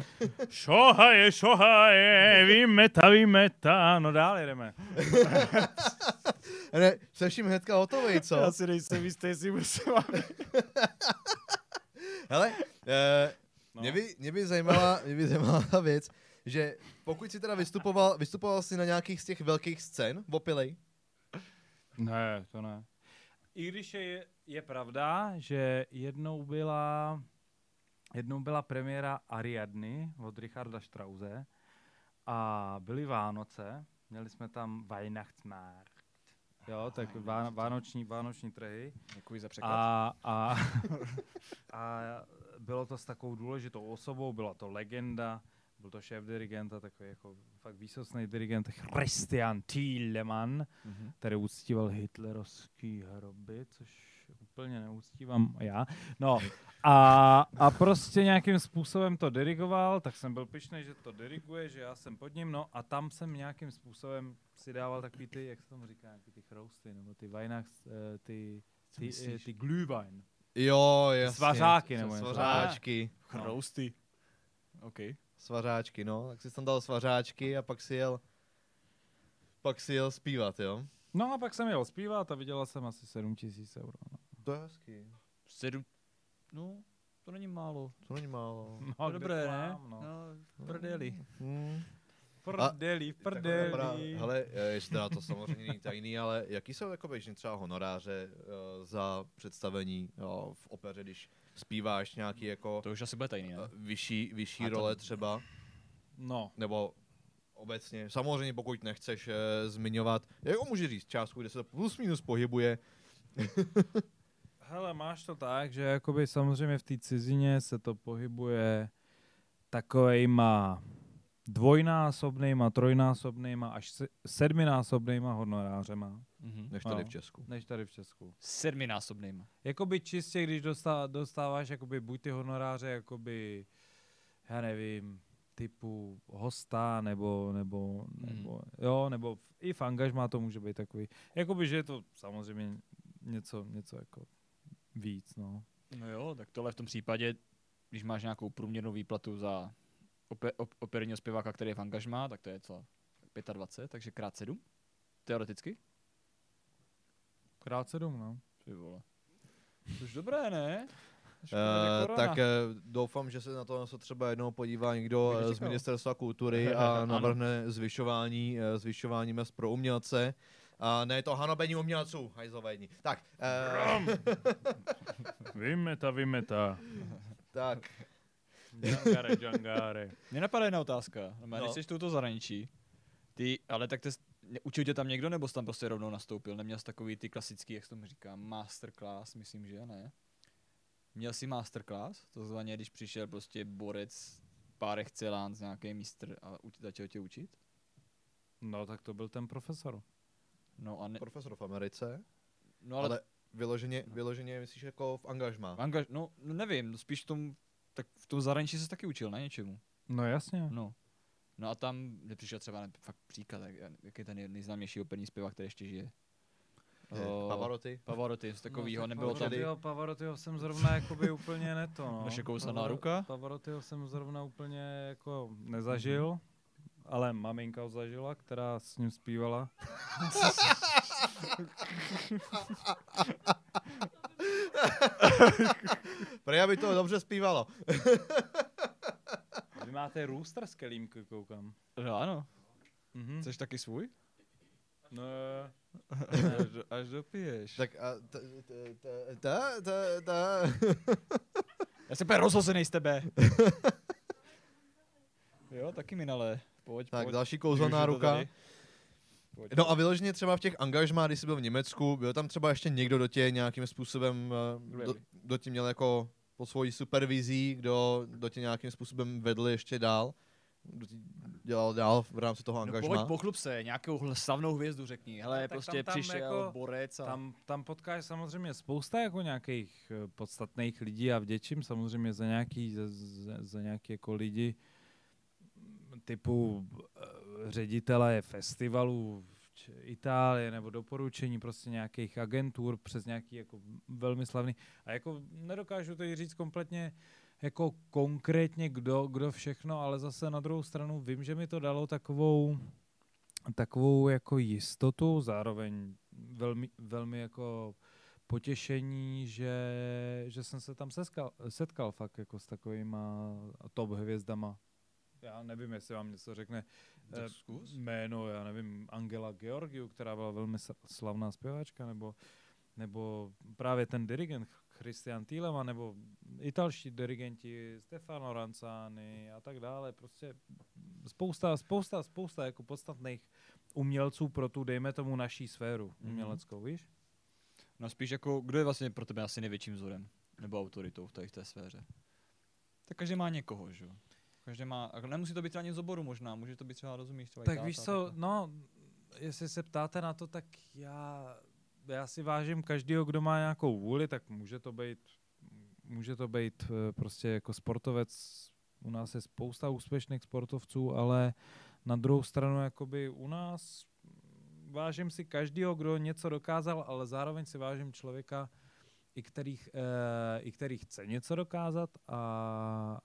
Šohaje, vymeta. No dál jedeme. Ne, se vším hnedka hotovej, co? Já si nejsem jistý, jestli musím. Hele, No. mě by zajímala ta věc, že pokud jsi teda vystupoval jsi na nějakých z těch velkých scén v opilej? Ne, to ne. I když je pravda, že jednou byla premiéra Ariadny od Richarda Strause a byly Vánoce, měli jsme tam Weihnachtsmarkt, jo, tak vánoční trhy. Děkuji za překlad. A bylo to s takovou důležitou osobou, byla to legenda, byl to šéf dirigenta, takový jako fakt výsostný dirigent Christian Thielemann, který uctíval hitlerovský hroby, což úplně neuctívám já. No a prostě nějakým způsobem to dirigoval, tak jsem byl pyšnej, že to diriguje, že já jsem pod ním, no a tam jsem nějakým způsobem si dával takový ty, jak se tomu říká, nějaký ty chrousty, nebo ty Weihnachts, ty Glühwein. Jo, jasně. Svařáky nebo něco. Svařáčky. Chrousty. OK. Svařáčky, no. Tak jsi tam dal svařáčky a pak si jel zpívat, jo? No a pak jsem jel zpívat a vydělal jsem asi 7 000 euro. No. To je hezký. 7. No, to není málo. To není málo. No, To dobré, kde ne? mám, no. No, prdeli. prdeli. Hele, jestli teda to samozřejmě není tajný, ale jaký jsou jako běžně třeba honoráře za představení v opeře, když zpíváš nějaký jako To už asi bude tajný, ne? vyšší role třeba, No, nebo obecně, samozřejmě pokud nechceš zmiňovat, jako můžu říct částku, kde se to plus minus pohybuje. hele, máš to tak, že jakoby samozřejmě v té cizině se to pohybuje takovejma dvojnásobnýma, trojnásobnýma až sedminásobnýma honorářema, Než tady v Česku. než tady v Česku. 7násobným. Jakoby čistě, když dostáváš jakoby buď ty honoráře, jakoby, já nevím, typu hosta, nebo i v angažmá to může být takový. Jakoby, že je to samozřejmě něco jako víc, no. No jo, tak tohle v tom případě, když máš nějakou průměrnou výplatu za operního zpěváka, který je v angažmá, tak to je co? 25, takže krát 7? Teoreticky? Krát 7, no. Ty vole. To už dobré, ne? Tak doufám, že se na to třeba jednou podívá někdo Bych z čekal. Ministerstva kultury a navrhne zvyšování mest pro umělce. A ne to hanobení umělců, hajzlovéni. Tak. Vymeta. Tak. Džangare. Mě napadá jedna otázka. No. Když No. jsi touto zahraničí, ale tak učil tě tam někdo, nebo jsi tam prostě rovnou nastoupil? Neměl jsi takový ty klasický, jak se tomu říká, masterclass, myslím, že ne? Měl jsi masterclass, to znamená, když přišel prostě borec par excellence, nějaký mistr a začal tě učit? No, tak to byl ten profesor. No a ne, Profesor v Americe, no ale vyloženě myslíš jako v angažmá. no nevím, spíš v tom zahraničí se taky učil, ne něčemu. No jasně. No a tam, kde přišel třeba fakt příklad, jak je ten nejznámější operní zpěvák, který ještě žije. Pavarotti, z takovýho, nebylo tady. Pavarottiho jsem zrovna jakoby úplně neto, no. Naše kousaná ruka? Pavarottiho jsem zrovna úplně jako nezažil, ale maminka ho zažila, která s ním zpívala. Prej, aby to dobře zpívalo. Vy máte rooster s kelímky, koukám. No ano. Mhm. Chceš taky svůj? No, Až dopiješ. Tak a Já jsem úplně rozhozený z tebe. Jo, taky mi nalé. Pojď. další kouzelná Využij to ruka. tady. Pojď. No a vyloženě třeba v těch angažmá, když jsi byl v Německu, byl tam třeba ještě někdo, do tě nějakým způsobem, do tě měl jako pod svojí supervizí, kdo tě nějakým způsobem vedl ještě dál, kdo ti dělal dál v rámci toho No angažmá. pojď, pochlup se, nějakou slavnou hvězdu řekni. Hele, tak prostě tam přišel jako- borec a... tam potkáš samozřejmě spousta jako nějakých podstatných lidí a vděčím samozřejmě za nějaký jako lidi typu ředitele festivalů v Itálii nebo doporučení prostě nějakých agentur přes nějaký jako velmi slavný. A jako nedokážu to říct kompletně jako konkrétně kdo všechno, ale zase na druhou stranu vím, že mi to dalo takovou jako jistotu, zároveň velmi jako potěšení, že jsem se tam setkal fakt jako s takovýma top hvězdama. Já nevím, jestli vám něco řekne jméno, já nevím, Angela Georgiou, která byla velmi slavná zpěvačka, nebo právě ten dirigent Christian Thielemann, nebo italští dirigenti Stefano Ranzani a tak dále. Prostě spousta jako podstatných umělců pro tu, dejme tomu, naší sféru uměleckou, víš? No spíš jako, kdo je vlastně pro tebe asi největším vzorem? Nebo autoritou v té sféře? Tak každý má někoho, že jo? Každý má, a nemusí to být třeba ani z oboru možná, může to být třeba, rozumíš, třeba Tak víš co, no, jestli se ptáte na to, tak já si vážím každého, kdo má nějakou vůli, tak může to být prostě jako sportovec. U nás je spousta úspěšných sportovců, ale na druhou stranu jakoby u nás vážím si každého, kdo něco dokázal, ale zároveň si vážím člověka, i který chce něco dokázat a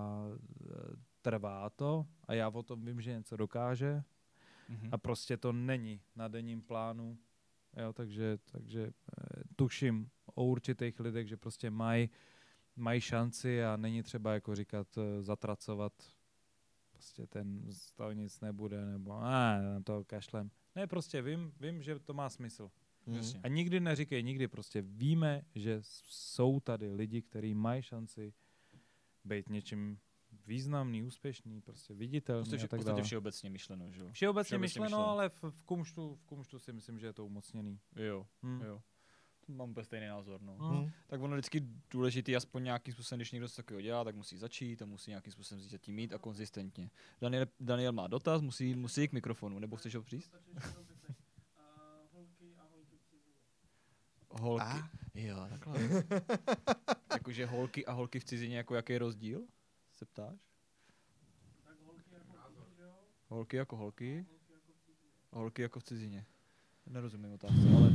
trvá to a já o tom vím, že něco dokáže a prostě to není na denním plánu. Jo, takže tuším o určitých lidech, že prostě mají šanci a není třeba jako říkat zatracovat prostě ten z toho nic nebude, nebo na to kašlem. Ne, prostě vím, že to má smysl. Jasně. A nikdy neříkej, nikdy prostě víme, že jsou tady lidi, kteří mají šanci být něčím významný, úspěšný, prostě viditelný a tak dále. Všeobecně myšleno, že jo? Všeobecně myšleno, ale v kumštu si myslím, že je to umocněný. Jo. Mám úplně stejný názor, no. Tak ono vždycky důležitý, aspoň nějakým způsobem, když někdo se takového dělá, tak musí začít a musí nějakým způsobem si tím mít a konzistentně. Daniel má dotaz, musí jít k mikrofonu, nebo chceš ho přijít? Holky. Jo, takhle. Jakože holky a holky v cizině, jako jaký je rozdíl? Se ptáš? Holky jako holky. A holky jako v cizině. Nerozumím otázce, ale...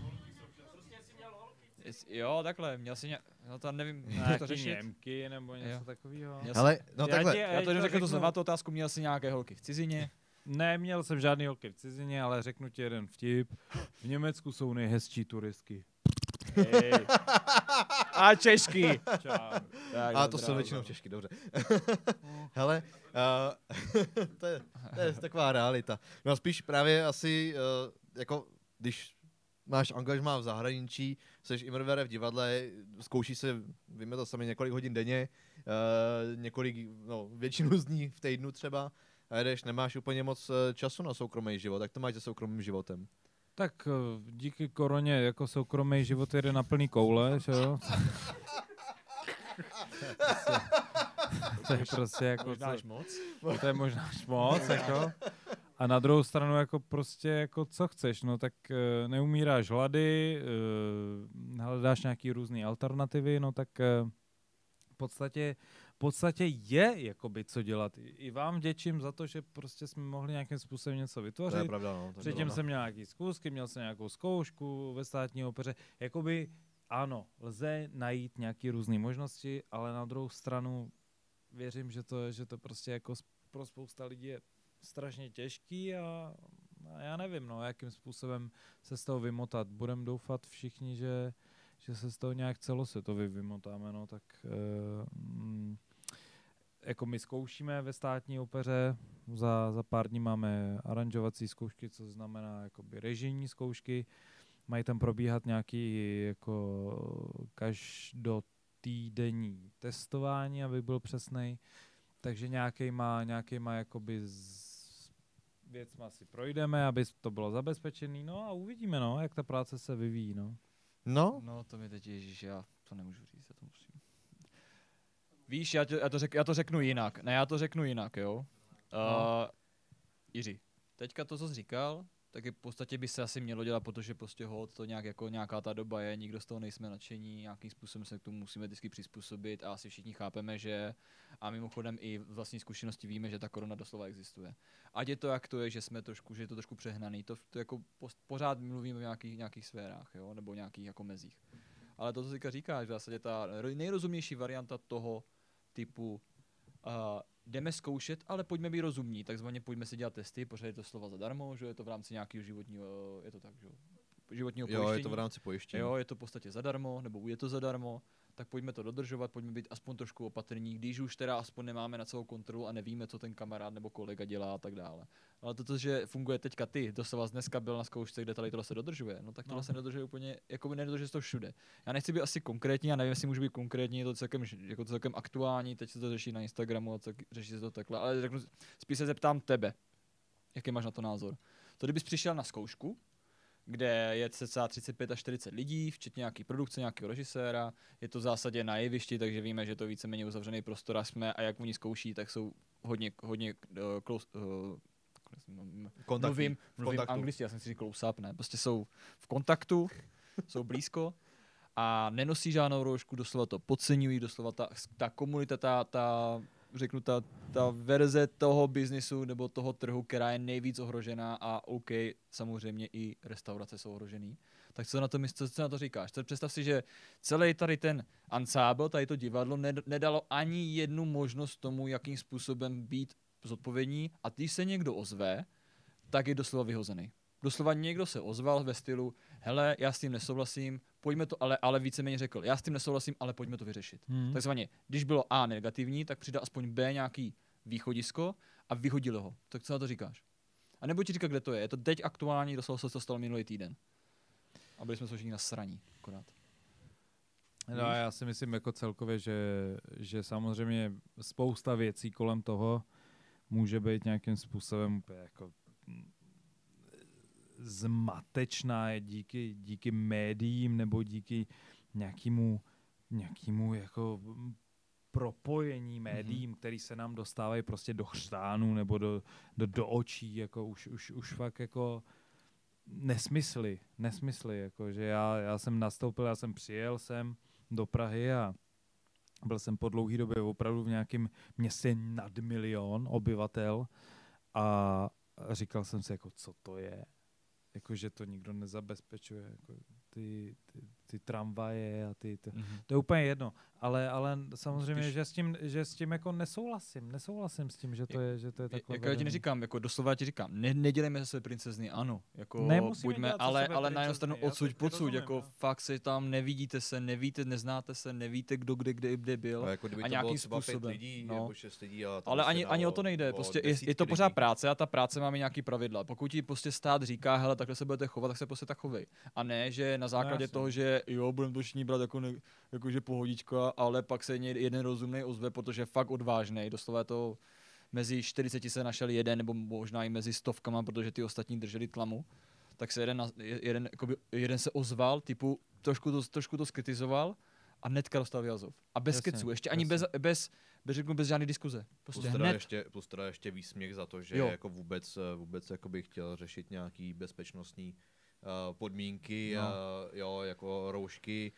Jo, takhle, měl jsi no to nevím, jak to řešit. Němky nebo něco takového. Ale, no takhle. Já to řeknu to znamená tu otázku, měl jsi nějaké holky v cizině? Neměl jsem žádný holky v cizině, ale řeknu ti jeden vtip. V Německu jsou nejhezčí turistky. Hej. A češky. Tak, a to jsou většinou češky, dobře. Hele, to je taková realita. No spíš právě asi, jako když máš angažmá v zahraničí, seš immervére v divadle, zkoušíš se, víme to sami, několik hodin denně, většinu z ní v týdnu třeba, a jedeš, nemáš úplně moc času na soukromý život, tak to máš se soukromým životem. Tak díky koroně jako soukromý život jede na plný koule, že jo? To je prostě jako... Možná až moc. To je možná až moc, jako. A na druhou stranu jako prostě jako co chceš, no tak neumíráš hlady, hledáš nějaký různý alternativy, no tak v podstatě je jakoby co dělat. I vám vděčím za to, že prostě jsme mohli nějakým způsobem něco vytvořit. To je pravda, no. Předtím jsem měl nějaký zkusky, měl jsem nějakou zkoušku ve státní opeře. Jakoby ano, lze najít nějaké různé možnosti, ale na druhou stranu věřím, že to prostě jako pro spousta lidí je strašně těžký a já nevím, no, jakým způsobem se z toho vymotat. Budeme doufat všichni, že se z toho nějak celosvětově vymotáme, no, tak jako my zkoušíme ve státní opeře, za pár dní máme aranžovací zkoušky, co znamená jakoby režijní zkoušky, mají tam probíhat nějaký jako každotýdenní testování, aby byl přesnej, takže nějakýma jakoby věcma si projdeme, aby to bylo zabezpečený, no a uvidíme, no, jak ta práce se vyvíjí, no. No, to mi teď, ježiš, já to nemůžu říct, já to musím. Víš, já to řeknu jinak. Ne, já to řeknu jinak, jo. Jiří, teďka to, co jsi říkal, tak v podstatě by se asi mělo dělat, protože prostě hod to nějak jako nějaká ta doba je, nikdo z toho nejsme nadšení, nějakým způsobem se k tomu musíme vždycky přizpůsobit a asi všichni chápeme, že a mimochodem i v vlastní zkušenosti víme, že ta korona doslova existuje. Ať je to, jak to je, že je to trošku přehnaný, to jako pořád mluvíme o nějakých sférách, jo, nebo nějakých jako mezích. Ale to, co si říkáš, v zásadě ta nejrozumnější varianta toho typu jdeme zkoušet, ale pojďme být rozumní, takzvaně pojďme si dělat testy, pořád je to slova zadarmo, že je to v rámci nějakého životního, je to tak, že životního pojištění. Jo, je to v rámci pojištění. Jo, je to v podstatě zadarmo, nebo je to zadarmo, tak pojďme to dodržovat, pojďme být aspoň trošku opatrní, když už teda aspoň nemáme na celou kontrolu a nevíme, co ten kamarád nebo kolega dělá a tak dále. Ale to, že funguje teďka ty, doslova dneska byl na zkoušce, kde tohle se dodržuje, no tak tohle se nedodržuje úplně, jako by nedodržuje to všude. Já nechci být asi konkrétní, já nevím, jestli můžu být konkrétní, je to celkem aktuální, teď se to řeší na Instagramu a řeší se to takhle, ale řeknu, spíš se zeptám tebe, jaký máš na to názor. To kdybys přišel na zkoušku, kde je cca 35 až 40 lidí, včetně nějaký produkce, nějakého režiséra. Je to v zásadě na jevišti, takže víme, že to víceméně uzavřený prostor a jsme a jak oni zkouší, tak jsou hodně mluvím anglicky, já jsem si říkal close up, ne, prostě jsou v kontaktu, jsou blízko a nenosí žádnou roušku, doslova to podceňují, doslova ta komunita, řeknu, ta verze toho biznisu nebo toho trhu, která je nejvíc ohrožená a OK, samozřejmě i restaurace jsou ohrožený. Tak co na to říkáš? Představ si, že celý tady ten ansábl, tady to divadlo nedalo ani jednu možnost tomu, jakým způsobem být zodpovědní a když se někdo ozve, tak je doslova vyhozený. Doslova někdo se ozval ve stylu, hele, já s tím nesouhlasím, pojďme to, ale víceméně řekl, já s tím nesouhlasím, ale pojďme to vyřešit. Takzvaně, když bylo A negativní, tak přidá aspoň B nějaký východisko a vyhodili ho. Tak co na to říkáš? A nebo ti říká, kde to je. Je to teď aktuální, doslova se to stalo minulý týden. A byli jsme všichni nasraní, akorát. No, já si myslím jako celkově, že samozřejmě spousta věcí kolem toho může být nějakým způsobem úplně jako zmatečná díky médiím nebo díky nějakému jako propojení médiím, který se nám dostávají prostě do chřtánů nebo do očí, jako už fakt jako nesmysly, jako že já jsem nastoupil, já jsem přijel sem do Prahy a byl jsem po dlouhé době opravdu v nějakém městě nad 1 milion obyvatel a říkal jsem si, jako co to je, jako že to nikdo nezabezpečuje, jako ty tramvaje a to je úplně jedno, ale samozřejmě, že s tím jako nesouhlasím s tím, že to je takhle. Jako já ti neříkám, jako doslova ti říkám, nedělejme se princezny, ano, jako buďme, dělat ale na jednu stranu odsuď pocud, jako fakt se tam nevidíte se, neznáte se, nevíte kdo kde byl jako a nějakým způsobem. Lidí, no. nebo 6 lidí a ale ani o to nejde, prostě je to pořád práce a ta práce má nějaký pravidla. Pokud ti prostě stát říká, hele, takhle se budete chovat, tak se prostě tak chovej. A ne, že na základě toho, že jo, budeme to všichni brát jakože pohodička, ale pak se jeden rozumnej ozve, protože je fakt odvážnej. Doslova to mezi 40 se našel jeden, nebo možná i mezi stovkama, protože ty ostatní drželi tlamu. Tak se jeden se ozval, typu trošku to skritizoval a hnedka dostal vyhazov. A bez keců, ještě ani bez žádné diskuze. Prostě plus teda ještě výsměch za to, že jako vůbec jako bych chtěl řešit nějaký bezpečnostní podmínky, jo, jako roušky,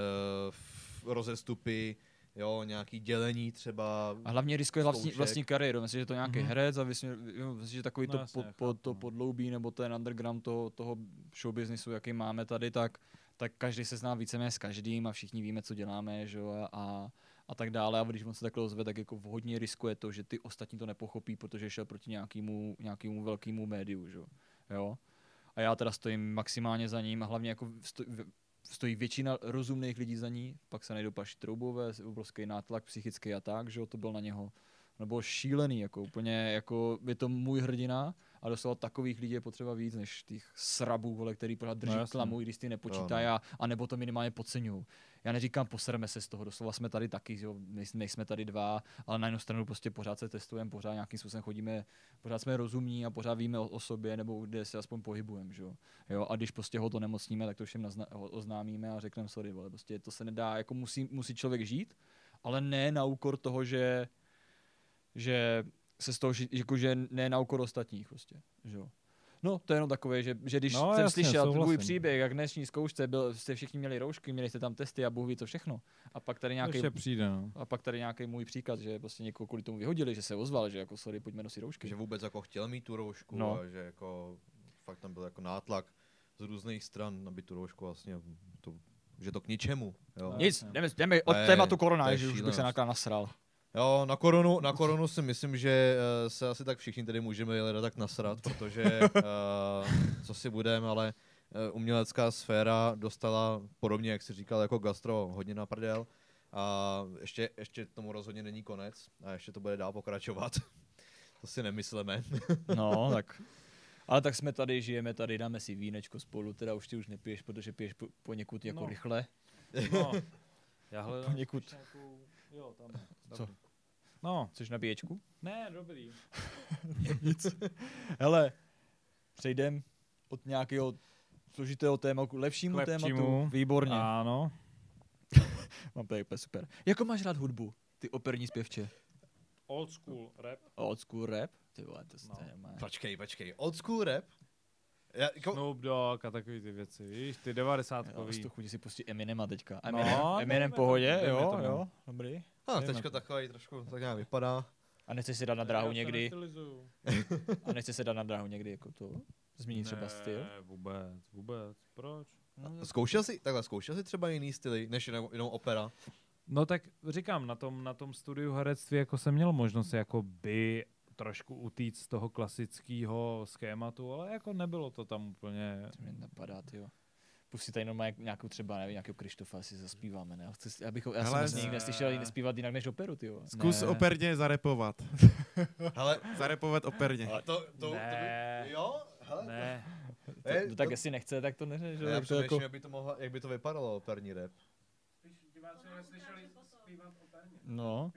rozestupy, jo, nějaký dělení třeba. A hlavně riskuje vlastní kariéru. Myslím, že to nějaký herec a myslím, že takový to podloubí nebo ten underground toho show businessu, jaký máme tady, tak každý se zná víceméně s každým a všichni víme, co děláme, že jo, a tak dále. A když on se takhle ozve, tak jako hodně riskuje to, že ty ostatní to nepochopí, protože šel proti nějakému velkému médiu, že jo. A já teda stojím maximálně za ním a hlavně jako stojí většina rozumných lidí za ní, pak se najdou paši troubové, obrovský nátlak psychický a tak, že jo, to byl na něho, no bylo šílený, jako úplně, jako je to můj hrdina a doslova takových lidí je potřeba víc, než těch srabů, vole, který pořád drží klamu, i když ty nepočítají a nebo to minimálně podceňují. Já neříkám, posereme se z toho, doslova jsme tady taky, jo, nejsme tady dva, ale na jednu stranu prostě pořád se testujeme, pořád nějakým způsobem chodíme, pořád jsme rozumní a pořád víme o sobě, nebo kde se aspoň pohybujeme, jo. A když prostě ho to nemocníme, tak to všem oznámíme a řekneme sorry, vole, prostě to se nedá, jako musí člověk žít, ale ne na úkor toho, že se z toho, že ne na úkor ostatních prostě, že jo. No, to je jenom takové, že když jsem slyšel tvůj příběh, jak dnešní zkoušce jste všichni měli roušky, měli jste tam testy a Bůh ví co všechno. A pak tady nějaký můj příklad, že prostě někoho kvůli tomu vyhodili, že se ozval, že jako sorry, pojďme nosit roušky. Že vůbec jako chtěl mít tu roušku a že jako fakt tam byl jako nátlak z různých stran, aby tu roušku vlastně že to k ničemu. Jo. Nic, jdeme od tématu korona, že už bych se nasral. Jo, na koronu si myslím, že se asi tak všichni tady můžeme jeli tak nasrat, protože co si budeme, ale umělecká sféra dostala podobně, jak jsi říkal, jako gastro, hodně na prdel a ještě tomu rozhodně není konec a ještě to bude dál pokračovat. To si nemyslíme. No, tak. Ale tak jsme tady, žijeme tady, dáme si vínečko spolu, teda už ty už nepiješ, protože piješ poněkud jako rychle. No, já hledám někud. Jo, tam. Co? No. Chceš nabíječku? Ne, dobrý. Nic. Hele, přejdem od nějakého složitého tématu k lepšímu tématu. Výborně. Ano. Mám to úplně super. Jako máš rád hudbu, ty operní zpěvče? Old school rap. Old school rap? Ty vole, to je Počkej. Old school rap? Snoop Dogg a takový ty věci, víš, ty 90kový. Já to chutí si pustit Eminema teďka. Eminem pohodě, jo, dobrý. Teďka takový trošku tak nějak vypadá. A nechceš si dát na dráhu někdy? A nechceš si dát na dráhu někdy jako to? Změnit třeba styl? Vůbec, proč? Zkoušel jsi třeba jiný styly, než jenom opera? No tak říkám, na tom studiu herectví jako jsem měl možnost jako by trošku utíct z toho klasického schématu, ale jako nebylo to tam úplně. To mě napadá, tyjo. Pustit tady normálně nějakou třeba, nevím, nějakého Krištofa si zaspíváme, ne? Já Hele, jsem nikdy neslyšel zpívat jinak než operu, tyjo. Zkus operně zarepovat. Hele, Zarepovat operně. jo? Hele, Ne. No tak jestli nechce, tak to neřeš. že? já Tak to přemýšlím, jak by to vypadalo, operní rap. No.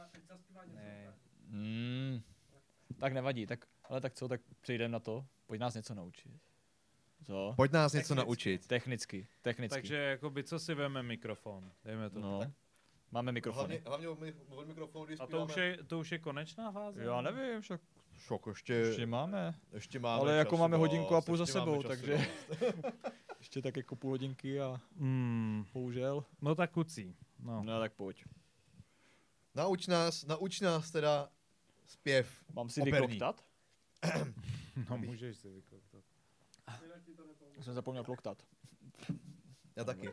Tak nevadí, ale tak co, tak přejdeme na to. Pojď nás něco naučit. Co? Pojď nás něco naučit. Technicky. Takže jakoby, co si veme mikrofon? Dejme to. No. Máme mikrofony. Hlavně od mikrofonu, když A to už je konečná fáze? Já nevím, však Šok, ještě máme. ještě máme Ale jako času máme dost, hodinku a půl za ještě máme sebou, času takže dost. ještě tak jako půl hodinky a bohužel. No tak kucí. No. No tak pojď. Nauč nás teda zpěv Mám si operní. vykloktat? No můžeš si vykoktat. Jsem zapomněl kloktat. Já taky.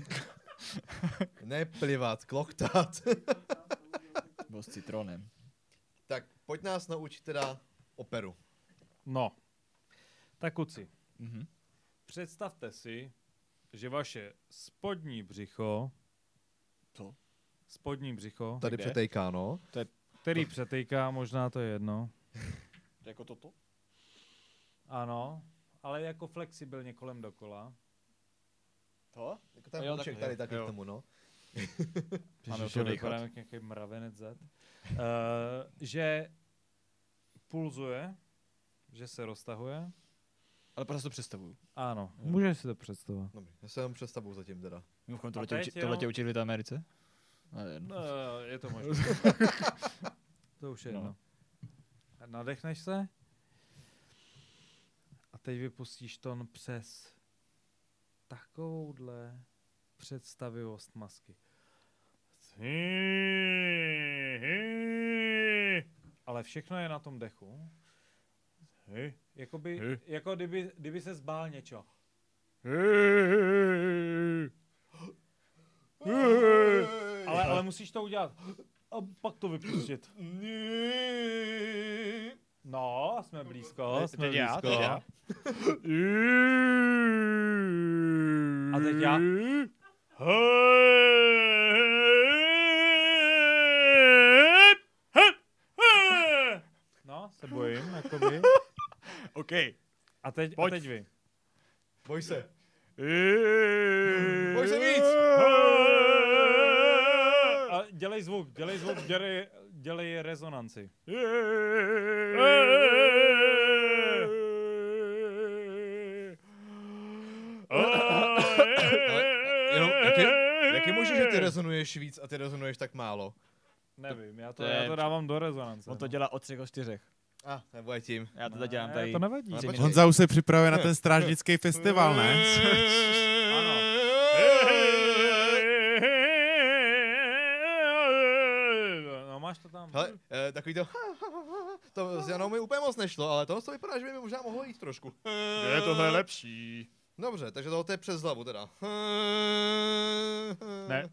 Neplivat, kloktat. Byl s citronem. Tak, pojď nás naučit teda operu. No. Tak kuci. Mhm. Představte si, že vaše spodní břicho... Co? Spodní břicho, Tady Kde? přetejká, no. který přetejká, možná to je jedno. Jako toto? Ano, ale jako flexibilně kolem dokola. To? Jako ten Jo, úček takhle, tady jo. taky jo. k tomu, no. Máme Ježiš, to já nechat. vypadám jak nějaký mravenec Z. Že pulzuje, že se roztahuje. Ale pořád si to představuju. Ano, můžeš si to představit. Dobrý, já se jenom představu zatím teda. Mimochodem, A tohle teď tě jenom- učili v Americe? Ne, No, je to možné. To už je No. jedno. A nadechneš se a teď vypustíš tón přes takovouhle představivost masky. Ale všechno je na tom dechu. Jakoby, jako kdyby se zbál něčeho. Ale musíš to udělat. A pak to vypustit. No, jsme blízko, jsme blízko. A teď já. No, se bojím, jakoby. OK. A teď vy. Boj se. Boj se víc. A dělej zvuk, dělej rezonanci. Jenom, jak je možné, že ty rezonuješ víc a ty rezonuješ tak málo? Nevím, já to to je- dávám do rezonance. On to dělá o 3 o 4. Nebo je tím. Já to dělám Ne, tady. to nevadí. tři Ale minuty. Honza už se připravuje na ten strážnický festival, ne? Ano. No máš to tam. Hele, takový to s Janou mi úplně moc nešlo, ale tohle to vypadá, že by mi možná mohlo jít trošku. Je tohle lepší. Dobře, takže tohle je přes hlavu teda. Ne.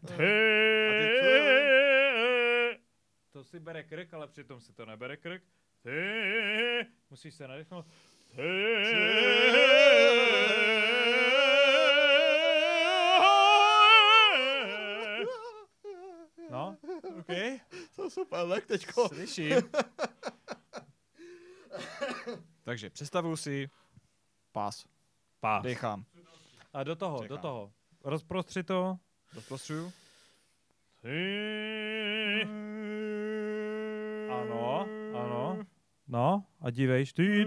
To si bere krk, ale přitom si to nebere krk. Musíš se nadechnout. No, OK. To super, tak teďko. Slyším. Takže představuju si pás. Dechám. a do Čekám. toho. Rozprostři to. Rozprostřuju. Ano. No, a dívejš. Ty.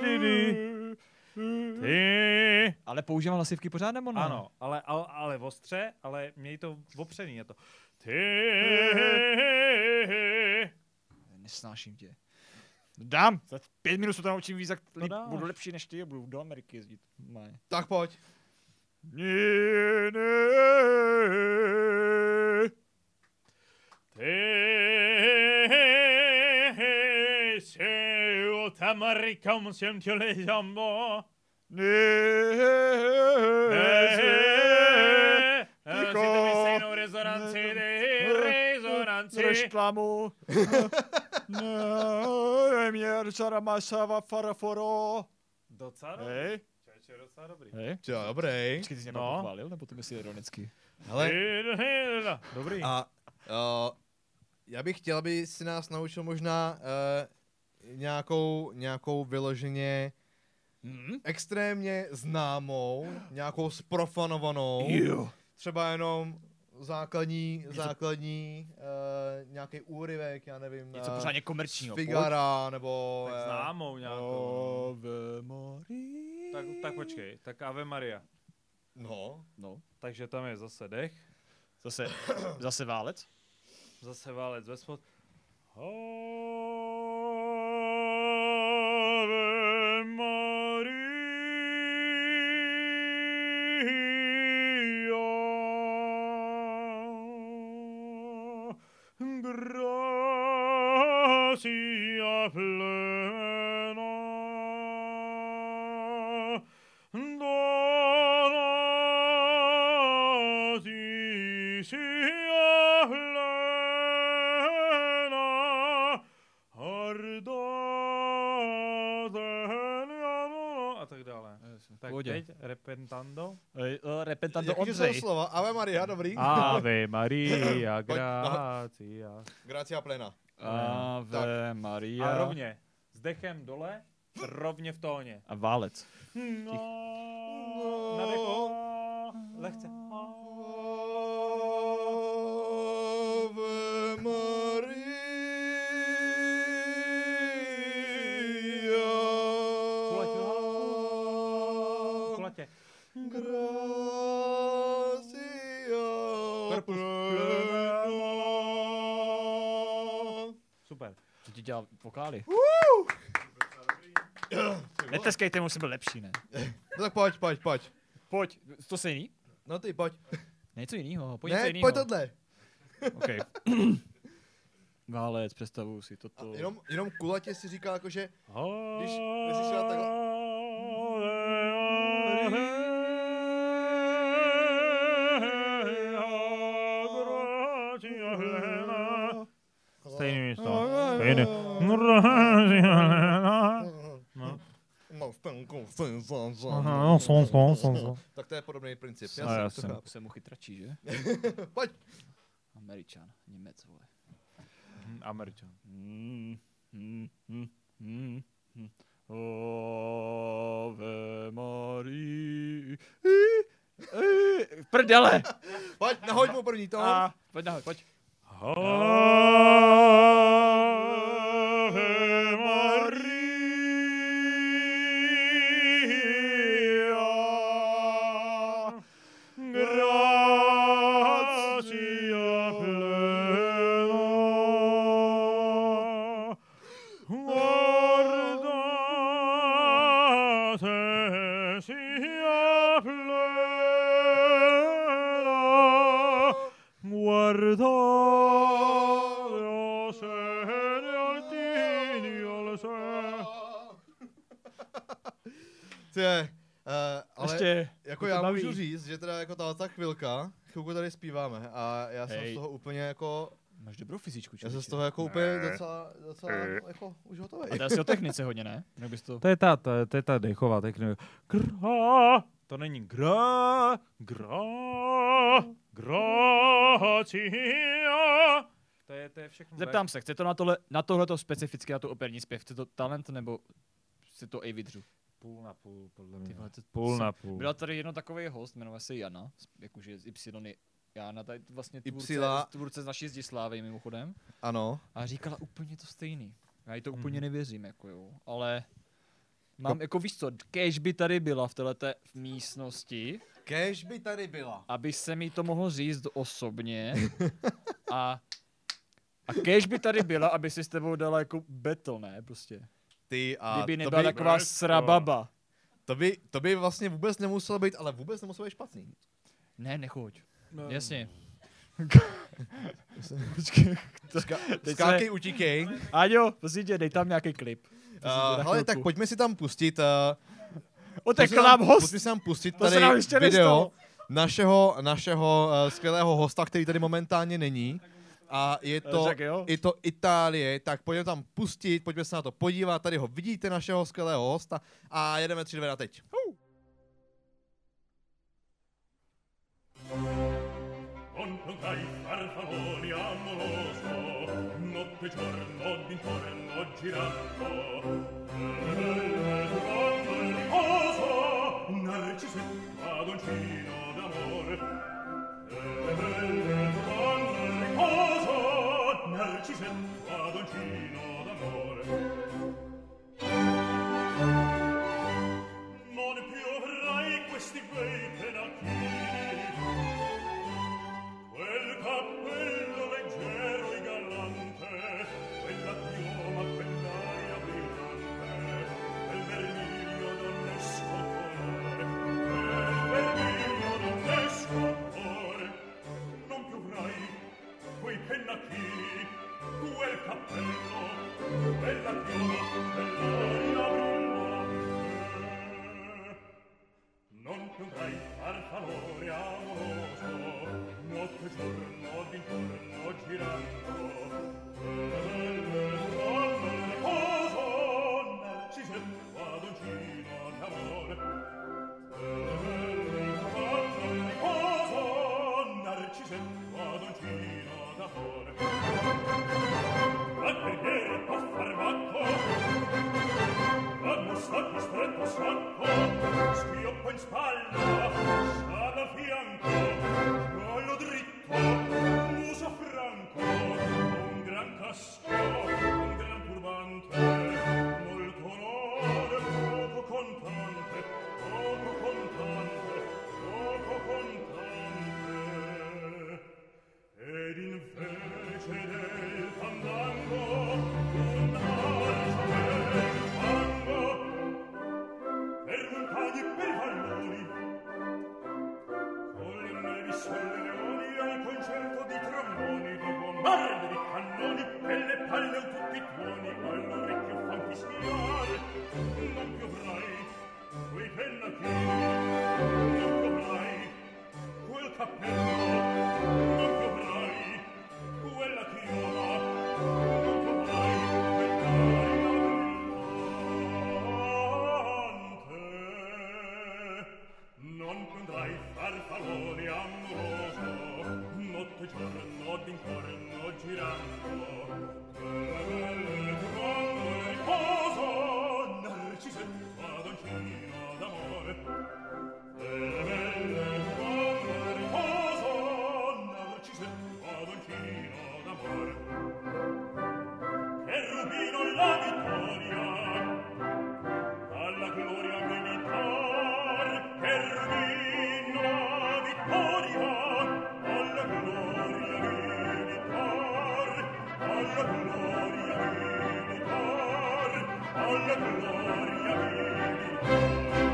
Ale používám hlasivky pořád nebo ne? Ano, ale ostře, ale měj to opřený. Je to. Nesnáším tě. Dám! Za 5 minut se to naučím víc, jak dáš. budu lepší než ty a budu do Ameriky jezdit. Ne. Tak pojď. Amerikan som till jambo. Ticho. Rezonanci. Reklamu. Mě Saramašava Faraforo. Docela? Hej. večer docela dobrý. Hej? Jo, dobrý. Počkej, ty jsi mě No. pochválil, nebo to myslí ironicky? Ale Dobrý. a já bych chtěl, aby si nás naučil možná nějakou vyloženě extrémně známou, nějakou sprofanovanou, třeba jenom základní nějaký úryvek, já nevím, Něco pořádně komerčního. Figara, nebo... Tak známou nějakou. Ave Maria. Tak počkej, tak Ave Maria. No, No, Takže tam je zase dech, zase válec. zase válec ve spod. Ave Maria, gracia plena, donati sia plena, a tak dále. Tak Pohodě. teď repentando. Repentando jaký jsou Ondřej. slova? Ave Maria, dobrý. Ave Maria, Pojď, no. gracia. Gracia plena. Ave Maria. A rovně, s dechem dole, rovně v tóně. A válec. No, na dechu. Lehce. Ave Maria. Kulatě. Gracia plena. Super. Co ti dělá vokály? Neteskejte, musím byl lepší, ne? No tak pojď. Pojď, to se jiný? No ty pojď. Něco jiného, pojď něco Ne, jiného. pojď tohle. Okay. Válec, představuju si toto. Jenom kulatě si říká jakože, když si šla takhle. Stejný místo. Tak to je podobný princip. jasně. Jsem mu chytračí, že? Pojď. Američan, Němec, vole. Američan. Ave Maria. Prdele! Pojď, nahoď mu první tón. Pojď nahoď, pojď. Ave Maria, gracia plena, guardate sia plena, guardate se altini al se. Ale Ještě. jako to já baví. můžu říct, že teda jako ta chvilku tady zpíváme a já jsem z toho úplně jako, Máš dobrou fyzičku, já jsem z toho jako úplně docela jako už hotový. A to je asi o technice hodně, ne? Jak bys to... To je ta dechová technika. To není gracia. To je všechno. Zeptám se, chce to na tohleto specificky, na tu operní zpěv, chce to talent, nebo si to i vydřu? Půl na půl, podle Ty mě. vole, Půl na půl. Byla tady jedno takový host, jmenuje se Jana, jakože z Y. Jana, tady vlastně Ypsila. tvůrce z naší Zdislávy mimochodem. Ano. A říkala úplně to stejný. Já jí to úplně nevěřím, jako jo. Ale mám, jako víš co, kéž by tady byla v této místnosti, Kéž by tady byla. aby se mi to mohl říct osobně. a kéž by tady byla, aby si s tebou dala jako battle, ne? Prostě. Ty a Kdyby nebyla taková srababa. to by vlastně vůbec nemuselo být, ale vůbec nemuselo být špatný. Ne, nechoď. No. Jasně. Skákej, utíkej. Aďo, prosím tě, dej tam nějaký klip. Hele, tak pojďme si tam pustit. Otekl nám host. Pojďme si tam pustit To se tady nám ještě video našeho skvělého hosta, který tady momentálně není. A je Tak jo. to Itálie, tak pojďme tam pustit, pojďme se na to podívat, tady ho vidíte, našeho skvělého hosta a jedeme 3 2 teď. non tra i farfalloni amoroso, notte e giorno d'intorno girando, quando il riposo, Narcisetto adoncino d'amore, quando il riposo, Narcisetto adoncino d'amore. Non più avrai questi bei penachini, quel cappello leggero e galante, quella piuma, quell'aria brillante, quel vermiglio donnesco colore, quel vermiglio donnesco colore. Non più avrai quei pennacchini, quel cappello, quella piuma, quell'aria brillante. Non più avrai farfallone amoroso, notte e giorno d'intorno girando, quando il riposo, Narcisetto adoncino d'amore, quando il riposo, Narcisetto adoncino d'amore. Al perdiere a farmacco, al mustacco stretto sacco, schioppo in spalla, scialla al fianco, collo dritto, muso franco, un gran casco, un gran turbante, molto onore, poco contante, poco contante, poco contante. Ed invece del fandango, un marcio del fango, per montagni e per valloni, con le nevi sulle leoni al concerto di tromboni, di bombarde, di cannoni, e le palle o tutti i tuoni all'orecchio fan fischiare. Non più avrai quei pennacchini, non più avrai quel cappello, non più avrai quella chioma, non più avrai quell'aria brillante. Non più andrai farfallone amoroso, notte e giorno d'intorno girando, quando il riposo, Narcisetto adoncino d'amore, quando il riposo, Narcisetto adoncino d'amore. Che rubino la vittoria, alla gloria militar, che rubino la vittoria, alla gloria militar, alla gloria militar, alla gloria militar.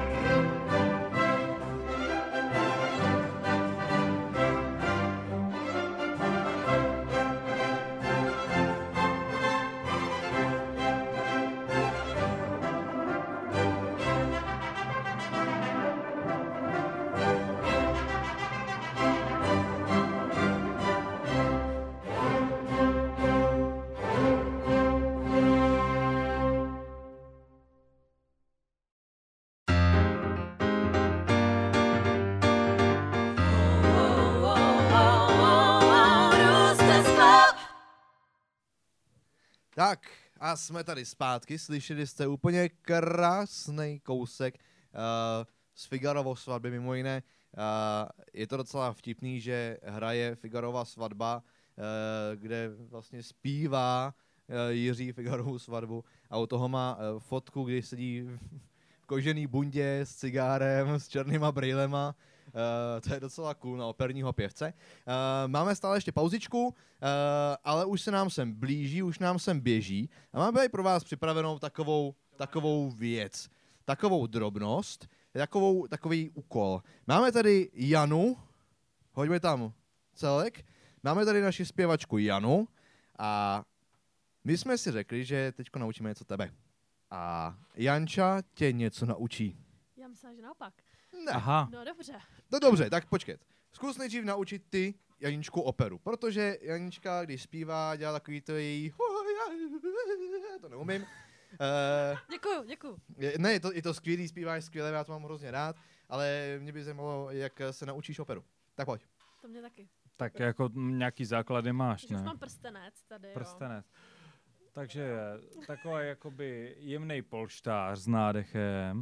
Tak a jsme tady zpátky, slyšeli jste úplně krásný kousek z Figarovo svatby mimo jiné. Je to docela vtipný, že hraje Figarova svatba, kde vlastně zpívá Jiří Figarovu svatbu a u toho má fotku, kdy sedí v kožený bundě s cigárem, s černýma brýlema. To je docela cool na operního pěvce. Máme stále ještě pauzičku, ale už se nám sem blíží, už nám sem běží a máme tady pro vás připravenou takovou věc, takovou drobnost, takový úkol. Máme tady Janu, hoďme tam celek, máme tady naši zpěvačku Janu a my jsme si řekli, že teďko naučíme něco tebe. A Janča tě něco naučí. Já myslím, že naopak. Ne. Aha. No dobře. No dobře, tak počkat. Zkus nejdřív naučit ty Janičku operu, protože Janička, když zpívá, dělá takový to její... To neumím. Děkuju. Ne, je to skvělý, zpíváš skvěle, já to mám hrozně rád, ale mě by zajímalo, jak se naučíš operu. Tak pojď. To mě taky. Tak jako nějaký základy máš, Takže už ne? mám prstenec tady, Prstenec. Takže takový jakoby jemný polštář s nádechem.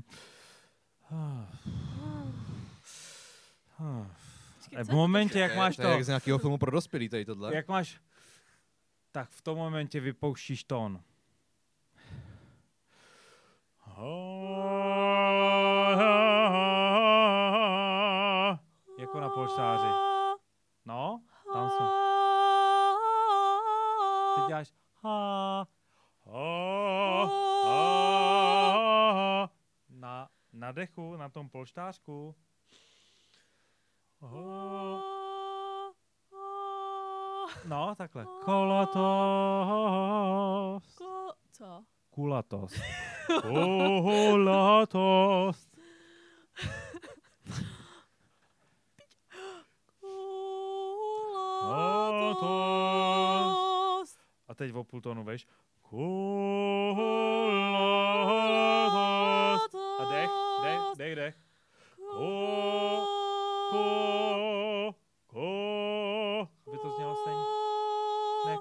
Počkej, A co v je momentě, jak máš To je jak to, z nějakého filmu pro dospělý tady tohle. jak máš, tak v tom momentě vypouštíš tón. Jako na polštáři. No, tam jsem. Ty děláš na dechu, na tom polštářku. No, takhle. Kulatost. Co? Kulatost. Kulatost. Kulatost. A teď o půl tónu, veš. Kulatost. A dech. Aby to znělo stejně. Ne,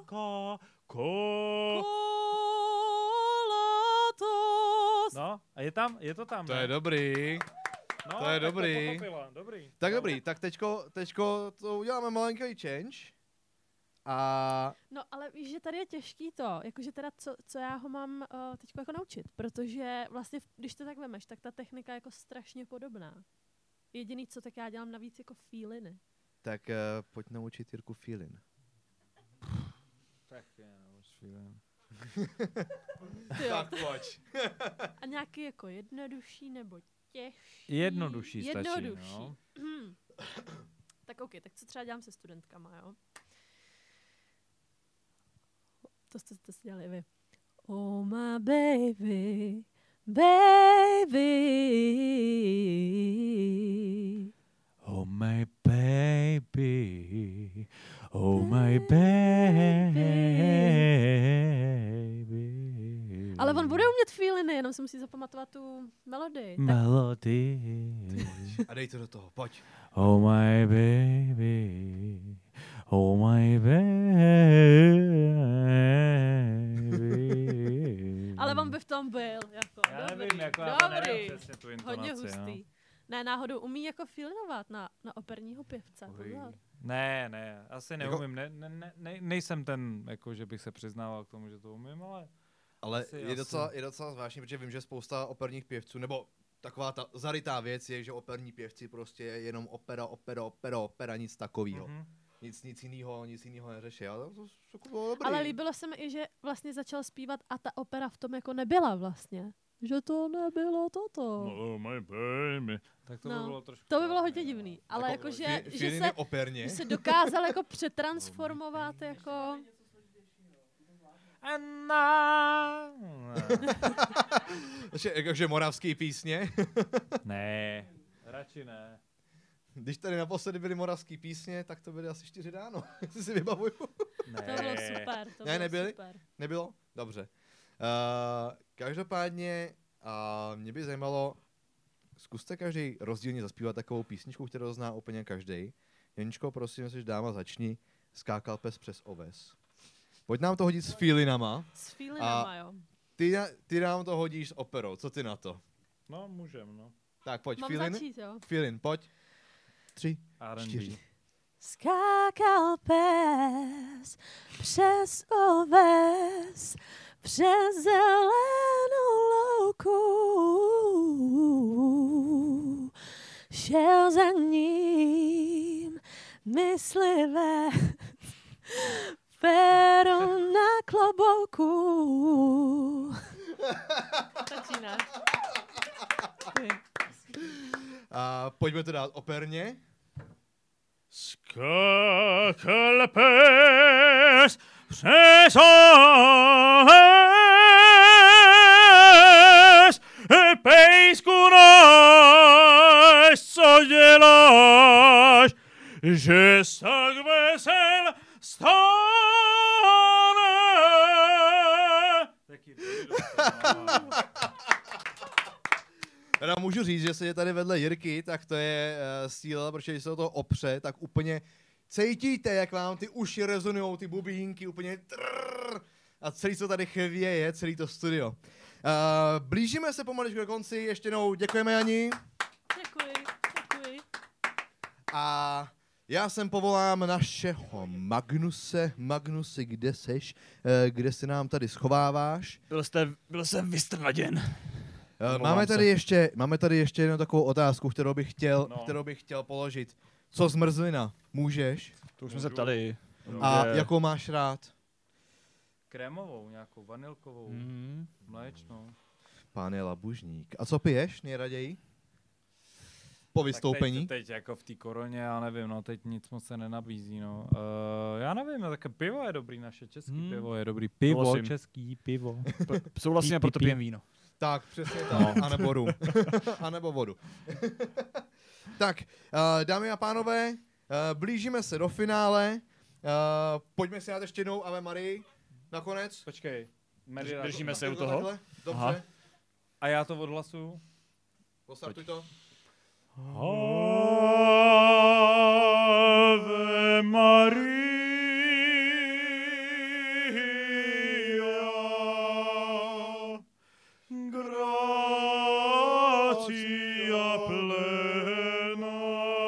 No, a je to tam, To ne? je dobrý. No, to je tak dobrý. pochopila, dobrý. Tak dobrý, tak teďko to uděláme malinký change. A No, ale víš, že tady je těžký to, jakože teda co já ho mám teďko jako naučit, protože vlastně, když to tak vemeš, tak ta technika je jako strašně podobná. Jediný, co tak já dělám navíc jako feeliny. tak pojď naučit Jirku feeling. Tak je, no, už chvíli. Tak pojď. A nějaký jako jednodušší nebo těžší? Jednodušší stačí, Jednodušší. no. Tak ok, tak co třeba dělám se studentkama, jo? To jste si dělali vy. Oh my baby, baby. Oh my baby, oh my baby. Ale on bude umět feeliny, jenom si musí zapamatovat tu melodii. Tak Melody. A dej to do toho, pojď. Oh my baby, oh my baby. ale on by v tom byl. Jako, Já dobrý, nevím, jako já to nevím dobrý. přesně tu intonaci, Hodně no. hustý. Ne, náhodou umí jako feelinovat na operního pěvce. Pozor. Ne, asi Jako- neumím, nejsem ten, jako, že bych se přiznával k tomu, že to umím, ale... Ale Asi, je docela zvláštní, protože vím, že spousta operních pěvců, nebo taková ta zarytá věc je, že operní pěvci prostě je jenom opera, nic takového. Mhm. Nic jiného neřeší, ale to bylo dobrý. Ale líbilo se mi i, že vlastně začal zpívat a ta opera v tom jako nebyla vlastně. Že to nebylo toto. Oh my baby. Tak to by No, bylo trošku... To by bylo hodně divný. Ale jako, že se, operně. že se dokázal jako přetransformovat jako... Jakože moravský písně. Ne, radši ne. Když tady naposledy byly moravský písně, tak to byly asi 4 ráno, jestli si vybavuju. To bylo super. To Ne, bylo nebyly? super. Nebylo? Dobře. Každopádně mě by zajímalo, zkuste každý rozdílně zaspívat takovou písničku, kterou zná úplně každý. Janičko, prosím, jestli dáma začni. Skákal pes přes oves. Pojď nám to hodit s feelinama. S feelinama, jo. Ty nám to hodíš s operou. Co ty na to? No, můžem, no. Tak pojď, Mám feelin. začít, jo. Feelin, pojď. 3, R&B. 4. Skákal pes přes oves, přes zelenou louku. Šel za ním myslivec, pero na klobouku. Začínáš. A pojďme to dát operně. Skákal pes přes oves, pejsku náš, co děláš, že tak vesel stane. Teda můžu říct, že se je tady vedle Jirky, tak to je síla, protože když se o to opře, tak úplně Cítíte, jak vám ty uši rezonujou, ty bubínky úplně a celý co tady chvěje, celý to studio. Blížíme se pomaličku do konci, ještě jednou děkujeme, Jani. Děkuji. A já sem povolám našeho Magnuse. Magnuse, kde seš? Kde se nám tady schováváš? Byl jsem vystrnaděn. Máme tady ještě jednu takovou otázku, kterou bych chtěl položit. Co zmrzlina? Můžeš? To už jsme se ptali. A jakou máš rád? Krémovou, nějakou vanilkovou, mléčnou. Pán je labužník. A co piješ nejraději? Po vystoupení? Teď jako v té koroně, já nevím, no teď nic moc se nenabízí, no. Já nevím, no, také pivo je dobrý, naše český pivo je dobrý. Pivo, Souhlasím. český pivo. Souhlasíme, proto pijem víno. Tak, přesně tak. No. A nebo rum. A nebo vodu. Tak, dámy a pánové, blížíme se do finále. Pojďme si dát ještě jednou Ave Marii. Nakonec. Počkej. Držíme se u toho? Dobře. Aha. A já to odhlasuju. Postartuj to. Ave Maria, gratia plena.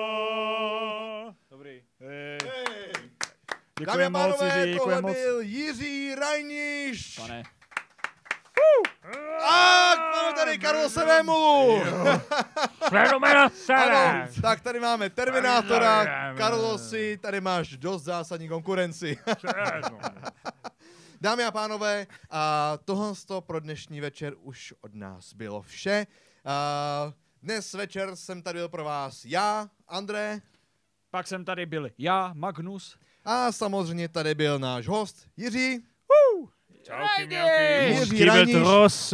Dobrý. Dámy a pánové, Jiří, tohle moc. byl Jiří Rajniš. Pane. A máme tady Karlose Vémolu. Fenomena Ano, tak tady máme Terminátora, Karlosi, tady máš dost zásadní konkurenci. Dámy a pánové, tohle pro dnešní večer už od nás bylo vše. Dnes večer jsem tady byl pro vás já, André. Pak jsem tady byl já, Magnus. A samozřejmě tady byl náš host, Jiří. Jiří Rajniš.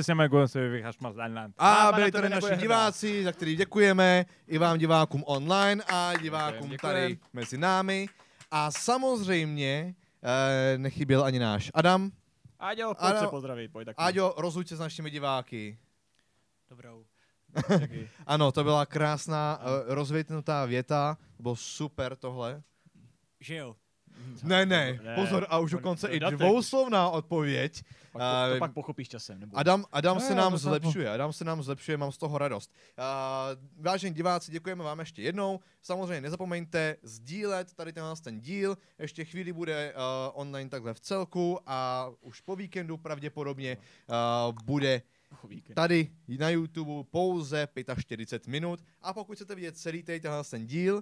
A byli tady naši diváci, za který děkujeme, i vám divákům online a divákům tady mezi námi. A samozřejmě nechyběl ani náš Adam. Aďo, pojď se pozdravit, pojď taky. Aďo, rozluč se s našimi diváky. Dobrou. Ano, to byla krásná rozvětnutá věta, bylo super tohle. Že jo. Ne, pozor, a už dokonce i dvouslovná odpověď. To pak pochopíš časem. Nebo... Adam se nám zlepšuje, mám z toho radost. Vážení diváci, děkujeme vám ještě jednou. Samozřejmě nezapomeňte sdílet tady ten díl. Ještě chvíli bude online takhle v celku a už po víkendu pravděpodobně bude tady na YouTube pouze 45 minut. A pokud chcete vidět celý ten díl,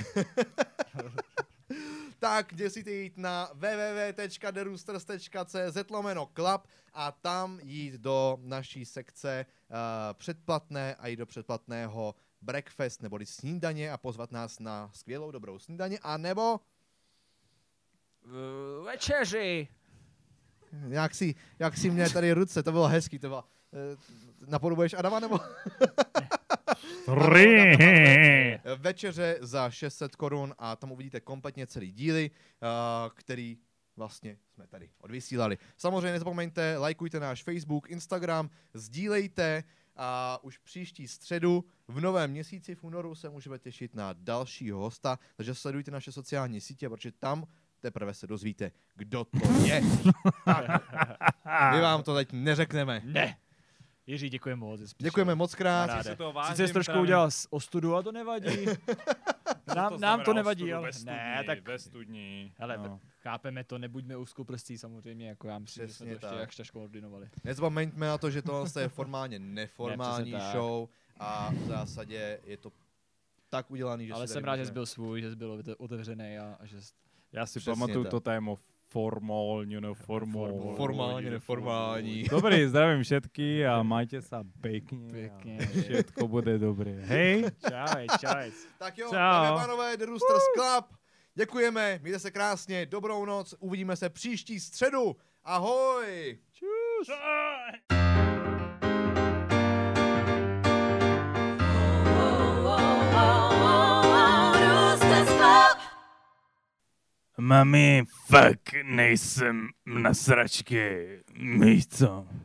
tak musíte jít na www.theroosters.cz/club a tam jít do naší sekce předplatné a jít do předplatného breakfast neboli snídaně a pozvat nás na skvělou dobrou snídaně a nebo večeři. Jak si mě tady ruce, to bylo hezký, to bylo napodobuješ Adama nebo? Večeře za 600 korun a tam uvidíte kompletně celý díly, který vlastně jsme tady odvysílali. Samozřejmě nezapomeňte, lajkujte náš Facebook, Instagram, sdílejte a už příští středu v novém měsíci v únoru se můžeme těšit na dalšího hosta, takže sledujte naše sociální sítě, protože tam teprve se dozvíte, kdo to je. My vám to teď neřekneme. Ne. Jiří, děkujeme moc. Děkujeme moc krát. Sice jsi trošku udělal ostudu a to nevadí. nám to nevadí, ale ne, tak ve studni. Hele, chápeme to, nebuďme úzkoprstí samozřejmě, jako já myslím, že jsme to ještě jak šťažko ordinovali. Nezapomeňme na to, že tohle je formálně neformální show a v zásadě je to tak udělaný, že ale jsem rád, že jsi byl svůj, že jsi byl otevřený a že jsi... Já si pamatuju to téma formálně, neformální. Dobrý, zdravím všetky a majte sa pekne. Všetko bude dobré. Hej. Čau. Tak jo, dámy a pánové, The Roosters Club. Děkujeme, mějte se krásně, dobrou noc, uvidíme se příští středu. Ahoj. Čus. Mami, fuck, nejsem na sračky. Víš co?